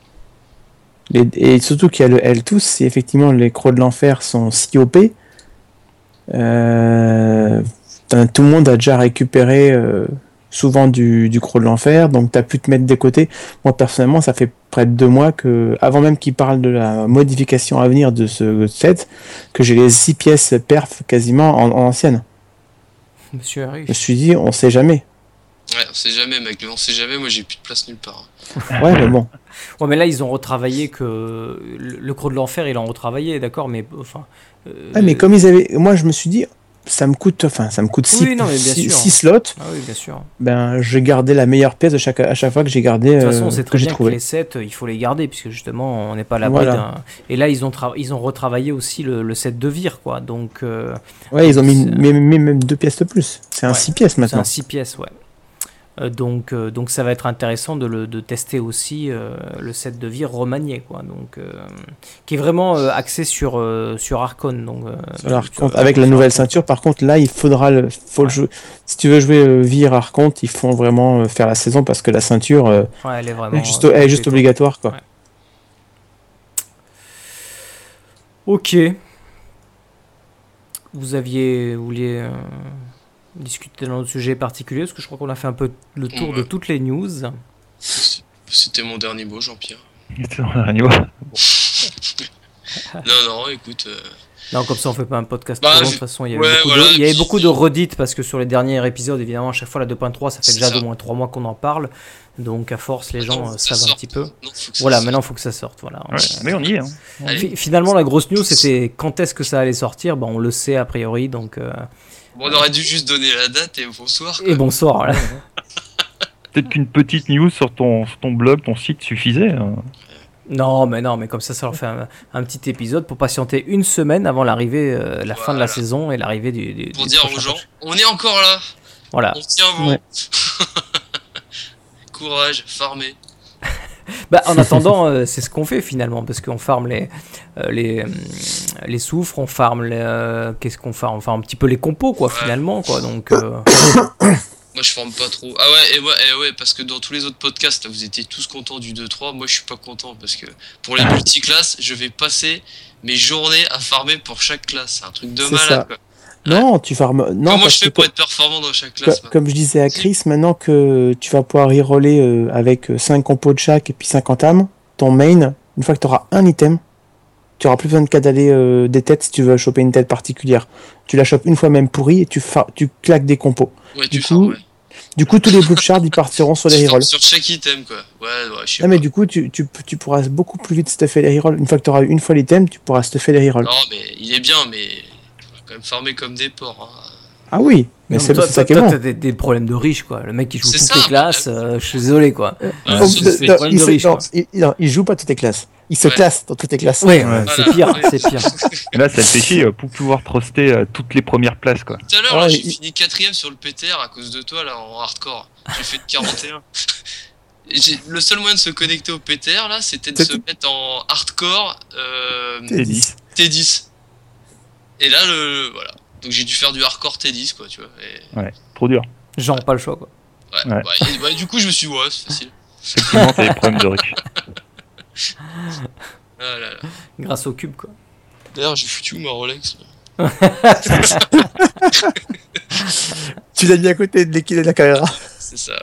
Et surtout qu'il y a le L2, si effectivement les crocs de l'enfer sont si OP, tout le monde a déjà récupéré souvent du croc de l'enfer, donc tu as pu te mettre des côtés. Moi personnellement, ça fait près de 2 mois que, avant même qu'ils parlent de la modification à venir de ce set, que j'ai les 6 pièces perf quasiment en ancienne. Monsieur Harry. Je me suis dit, on sait jamais. Ouais, on sait jamais, mec, on sait jamais, moi j'ai plus de place nulle part. Ouais, mais bon. Ouais, mais là ils ont retravaillé que le croc de l'enfer, ils l'ont retravaillé, d'accord, mais enfin. Ouais, mais comme ils avaient, moi je me suis dit, ça me coûte 6 slots. Ah oui, bien sûr. Ben, je gardais la meilleure pièce à chaque fois que j'ai gardé. De toute façon, on sait très bien trouvé. que les sets, il faut les garder, puisque justement, on n'est pas à l'abri d'un. Et là, ils ont retravaillé aussi le set de vire, quoi. Donc. Ouais, ils ont mis même 2 pièces de plus. C'est un 6 pièces maintenant. C'est un 6 pièces, ouais. Donc ça va être intéressant de tester aussi le set de vire remanié, quoi. Donc qui est vraiment axé sur Archon. Donc avec la nouvelle ceinture, par contre, là, il faut le jouer. Si tu veux jouer vire Archon, il faut vraiment faire la saison parce que la ceinture, elle est vraiment elle est juste obligatoire, quoi. Ouais. Ok. Vous vouliez discuter d'un autre sujet particulier, parce que je crois qu'on a fait un peu le tour de toutes les news. C'était mon dernier mot, Jean-Pierre. C'était mon dernier mot. Non, écoute... Non, comme ça on fait pas un podcast trop long. De toute façon, il y avait beaucoup de redites, parce que sur les derniers épisodes, évidemment, à chaque fois la 2.3, ça fait déjà d'au moins 3 mois qu'on en parle. Donc à force, les gens savent un petit peu. Voilà, maintenant il faut que ça sorte. Voilà. Ouais, mais on y est. Hein. Finalement, la grosse news, c'était quand est-ce que ça allait sortir. On le sait a priori, donc... Bon, on aurait dû juste donner la date et bonsoir. Quoi. Et bonsoir. Voilà. Peut-être qu'une petite news sur ton blog, ton site suffisait. Hein. Non, mais comme ça leur fait un petit épisode pour patienter une semaine avant l'arrivée, fin de la saison et l'arrivée du pour dire aux gens, on est encore là. Voilà. On tient bon. Ouais. Courage, farmer. En attendant, c'est ce qu'on fait finalement, parce qu'on farme les soufres, on farme qu'est-ce qu'on farme, enfin un petit peu les compos, quoi, finalement, quoi. Donc. Moi je farme pas trop. Ah ouais, et ouais, parce que dans tous les autres podcasts, là, vous étiez tous contents du 2-3. Moi je suis pas content parce que pour les multiclasses, je vais passer mes journées à farmer pour chaque classe. C'est un truc de malade, quoi. Non, tu farmes. Non, comment je fais pour être performant dans chaque classe? Comme je disais à Chris, maintenant que tu vas pouvoir reroller avec 5 compos de chaque et puis 50 âmes, ton main, une fois que tu auras un item, tu n'auras plus besoin de cadaler des têtes si tu veux choper une tête particulière. Tu la chopes une fois même pourrie et tu claques des compos. Ouais, du coup, tous les blue shards ils partiront sur les rerolls. Sur chaque item, quoi. Ouais, je sais pas. Mais du coup, tu pourras beaucoup plus vite stuffer les rerolls. Une fois que tu auras une fois l'item, tu pourras stuffer les rerolls. Non, mais il est bien, mais on va quand même farmer comme des porcs. Hein. Ah oui, mais c'est ça qui est bon. T'as des problèmes de riches, quoi. Le mec qui joue toutes les classes, je suis désolé, quoi. Il joue pas toutes les classes. Il se classe dans toutes les classes. Ouais, c'est pire, c'est pire. Et là, ça te fait chier pour pouvoir truster toutes les premières places, quoi. Tout à l'heure, j'ai fini 4ème sur le PTR à cause de toi, là, en hardcore. J'ai fait de 41. Le seul moyen de se connecter au PTR, là, c'était de se mettre en hardcore T10. Et là, voilà. Donc j'ai dû faire du hardcore T10, quoi, tu vois. Ouais, trop dur. Genre, pas le choix, quoi. Ouais. Du coup, je me suis dit, ouais, c'est facile. Effectivement, t'as des problèmes de récup. Ah là là. Grâce au cube, quoi. D'ailleurs, j'ai foutu où ma Rolex? Tu l'as mis à côté de l'équipe de la caméra. C'est ça.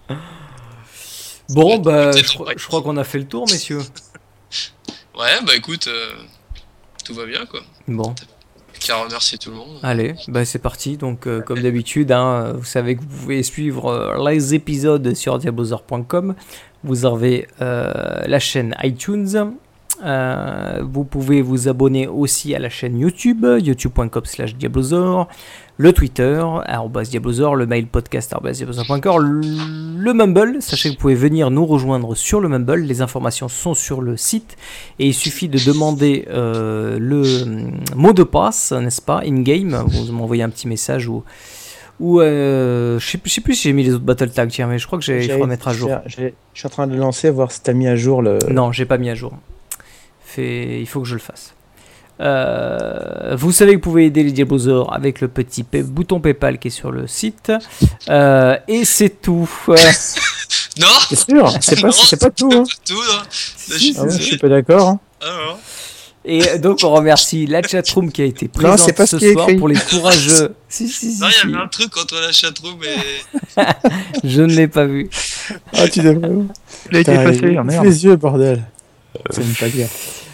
Bon, je crois qu'on a fait le tour, messieurs. Ouais, écoute, tout va bien, quoi. Bon. qu'à remercier tout le monde. Allez, bah c'est parti. Donc, comme d'habitude, hein, vous savez que vous pouvez suivre les épisodes sur diablosaur.com. Vous avez la chaîne iTunes. Vous pouvez vous abonner aussi à la chaîne YouTube, youtube.com/diablosaur, le Twitter, @diablosaur, le mail podcast @diablosaur.com, le Mumble. Sachez que vous pouvez venir nous rejoindre sur le Mumble. Les informations sont sur le site et il suffit de demander le mot de passe, n'est-ce pas, in-game. Vous m'envoyez un petit message ou je sais plus si j'ai mis les autres battle tags, tiens, mais je crois que il faut mettre à jour. Je suis en train de le lancer, voir si tu as mis à jour le... Non, j'ai pas mis à jour. Il faut que je le fasse. Vous savez que vous pouvez aider les Diablosaurs avec le petit bouton PayPal qui est sur le site. Et c'est tout. Non, c'est sûr, c'est pas tout. Hein. Tout, non. Je suis pas d'accord. Hein. Alors. Et donc on remercie la chatroom qui a été présente ce soir pour les courageux. Si. Non, il y avait un truc entre la chatroom et... Je ne l'ai pas vu. Ah, tu devrais. Il a été effacé, merde. Les yeux, bordel. Ça ne pas dire.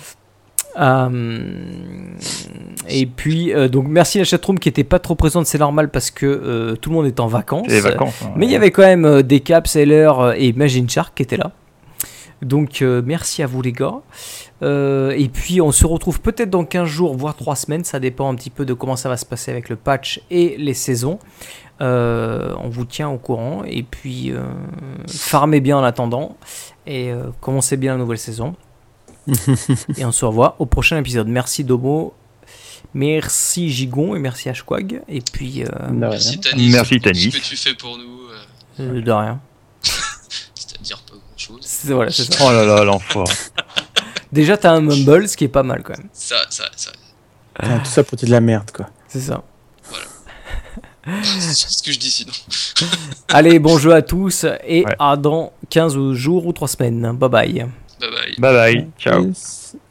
Et puis donc merci à la chatroom qui était pas trop présente, c'est normal parce que tout le monde est en vacances. C'est les vacances. Hein, mais il y avait quand même Decap, Sailor et Imagine Shark qui étaient là. Donc merci à vous les gars. Et puis on se retrouve peut-être dans 15 jours voire 3 semaines, ça dépend un petit peu de comment ça va se passer avec le patch et les saisons. On vous tient au courant et puis farmez bien en attendant et commencez bien la nouvelle saison. Et on se revoit au prochain épisode. Merci Domo, merci Gigon et merci Ashquag. Et puis merci Tanis. Merci Tanis. Ce que tu fais pour nous. De rien. C'est-à-dire pas grand-chose. Voilà, c'est ça. Oh là là, l'enfoiré. Déjà t'as un Mumble, ce qui est pas mal quand même. Ça. Tout ça pour de la merde quoi. C'est ça. Voilà. C'est ce que je dis sinon. Allez, bon jeu à tous et à dans 15 jours ou 3 semaines. Bye bye. Bye bye. Bye bye. Ciao. Yes.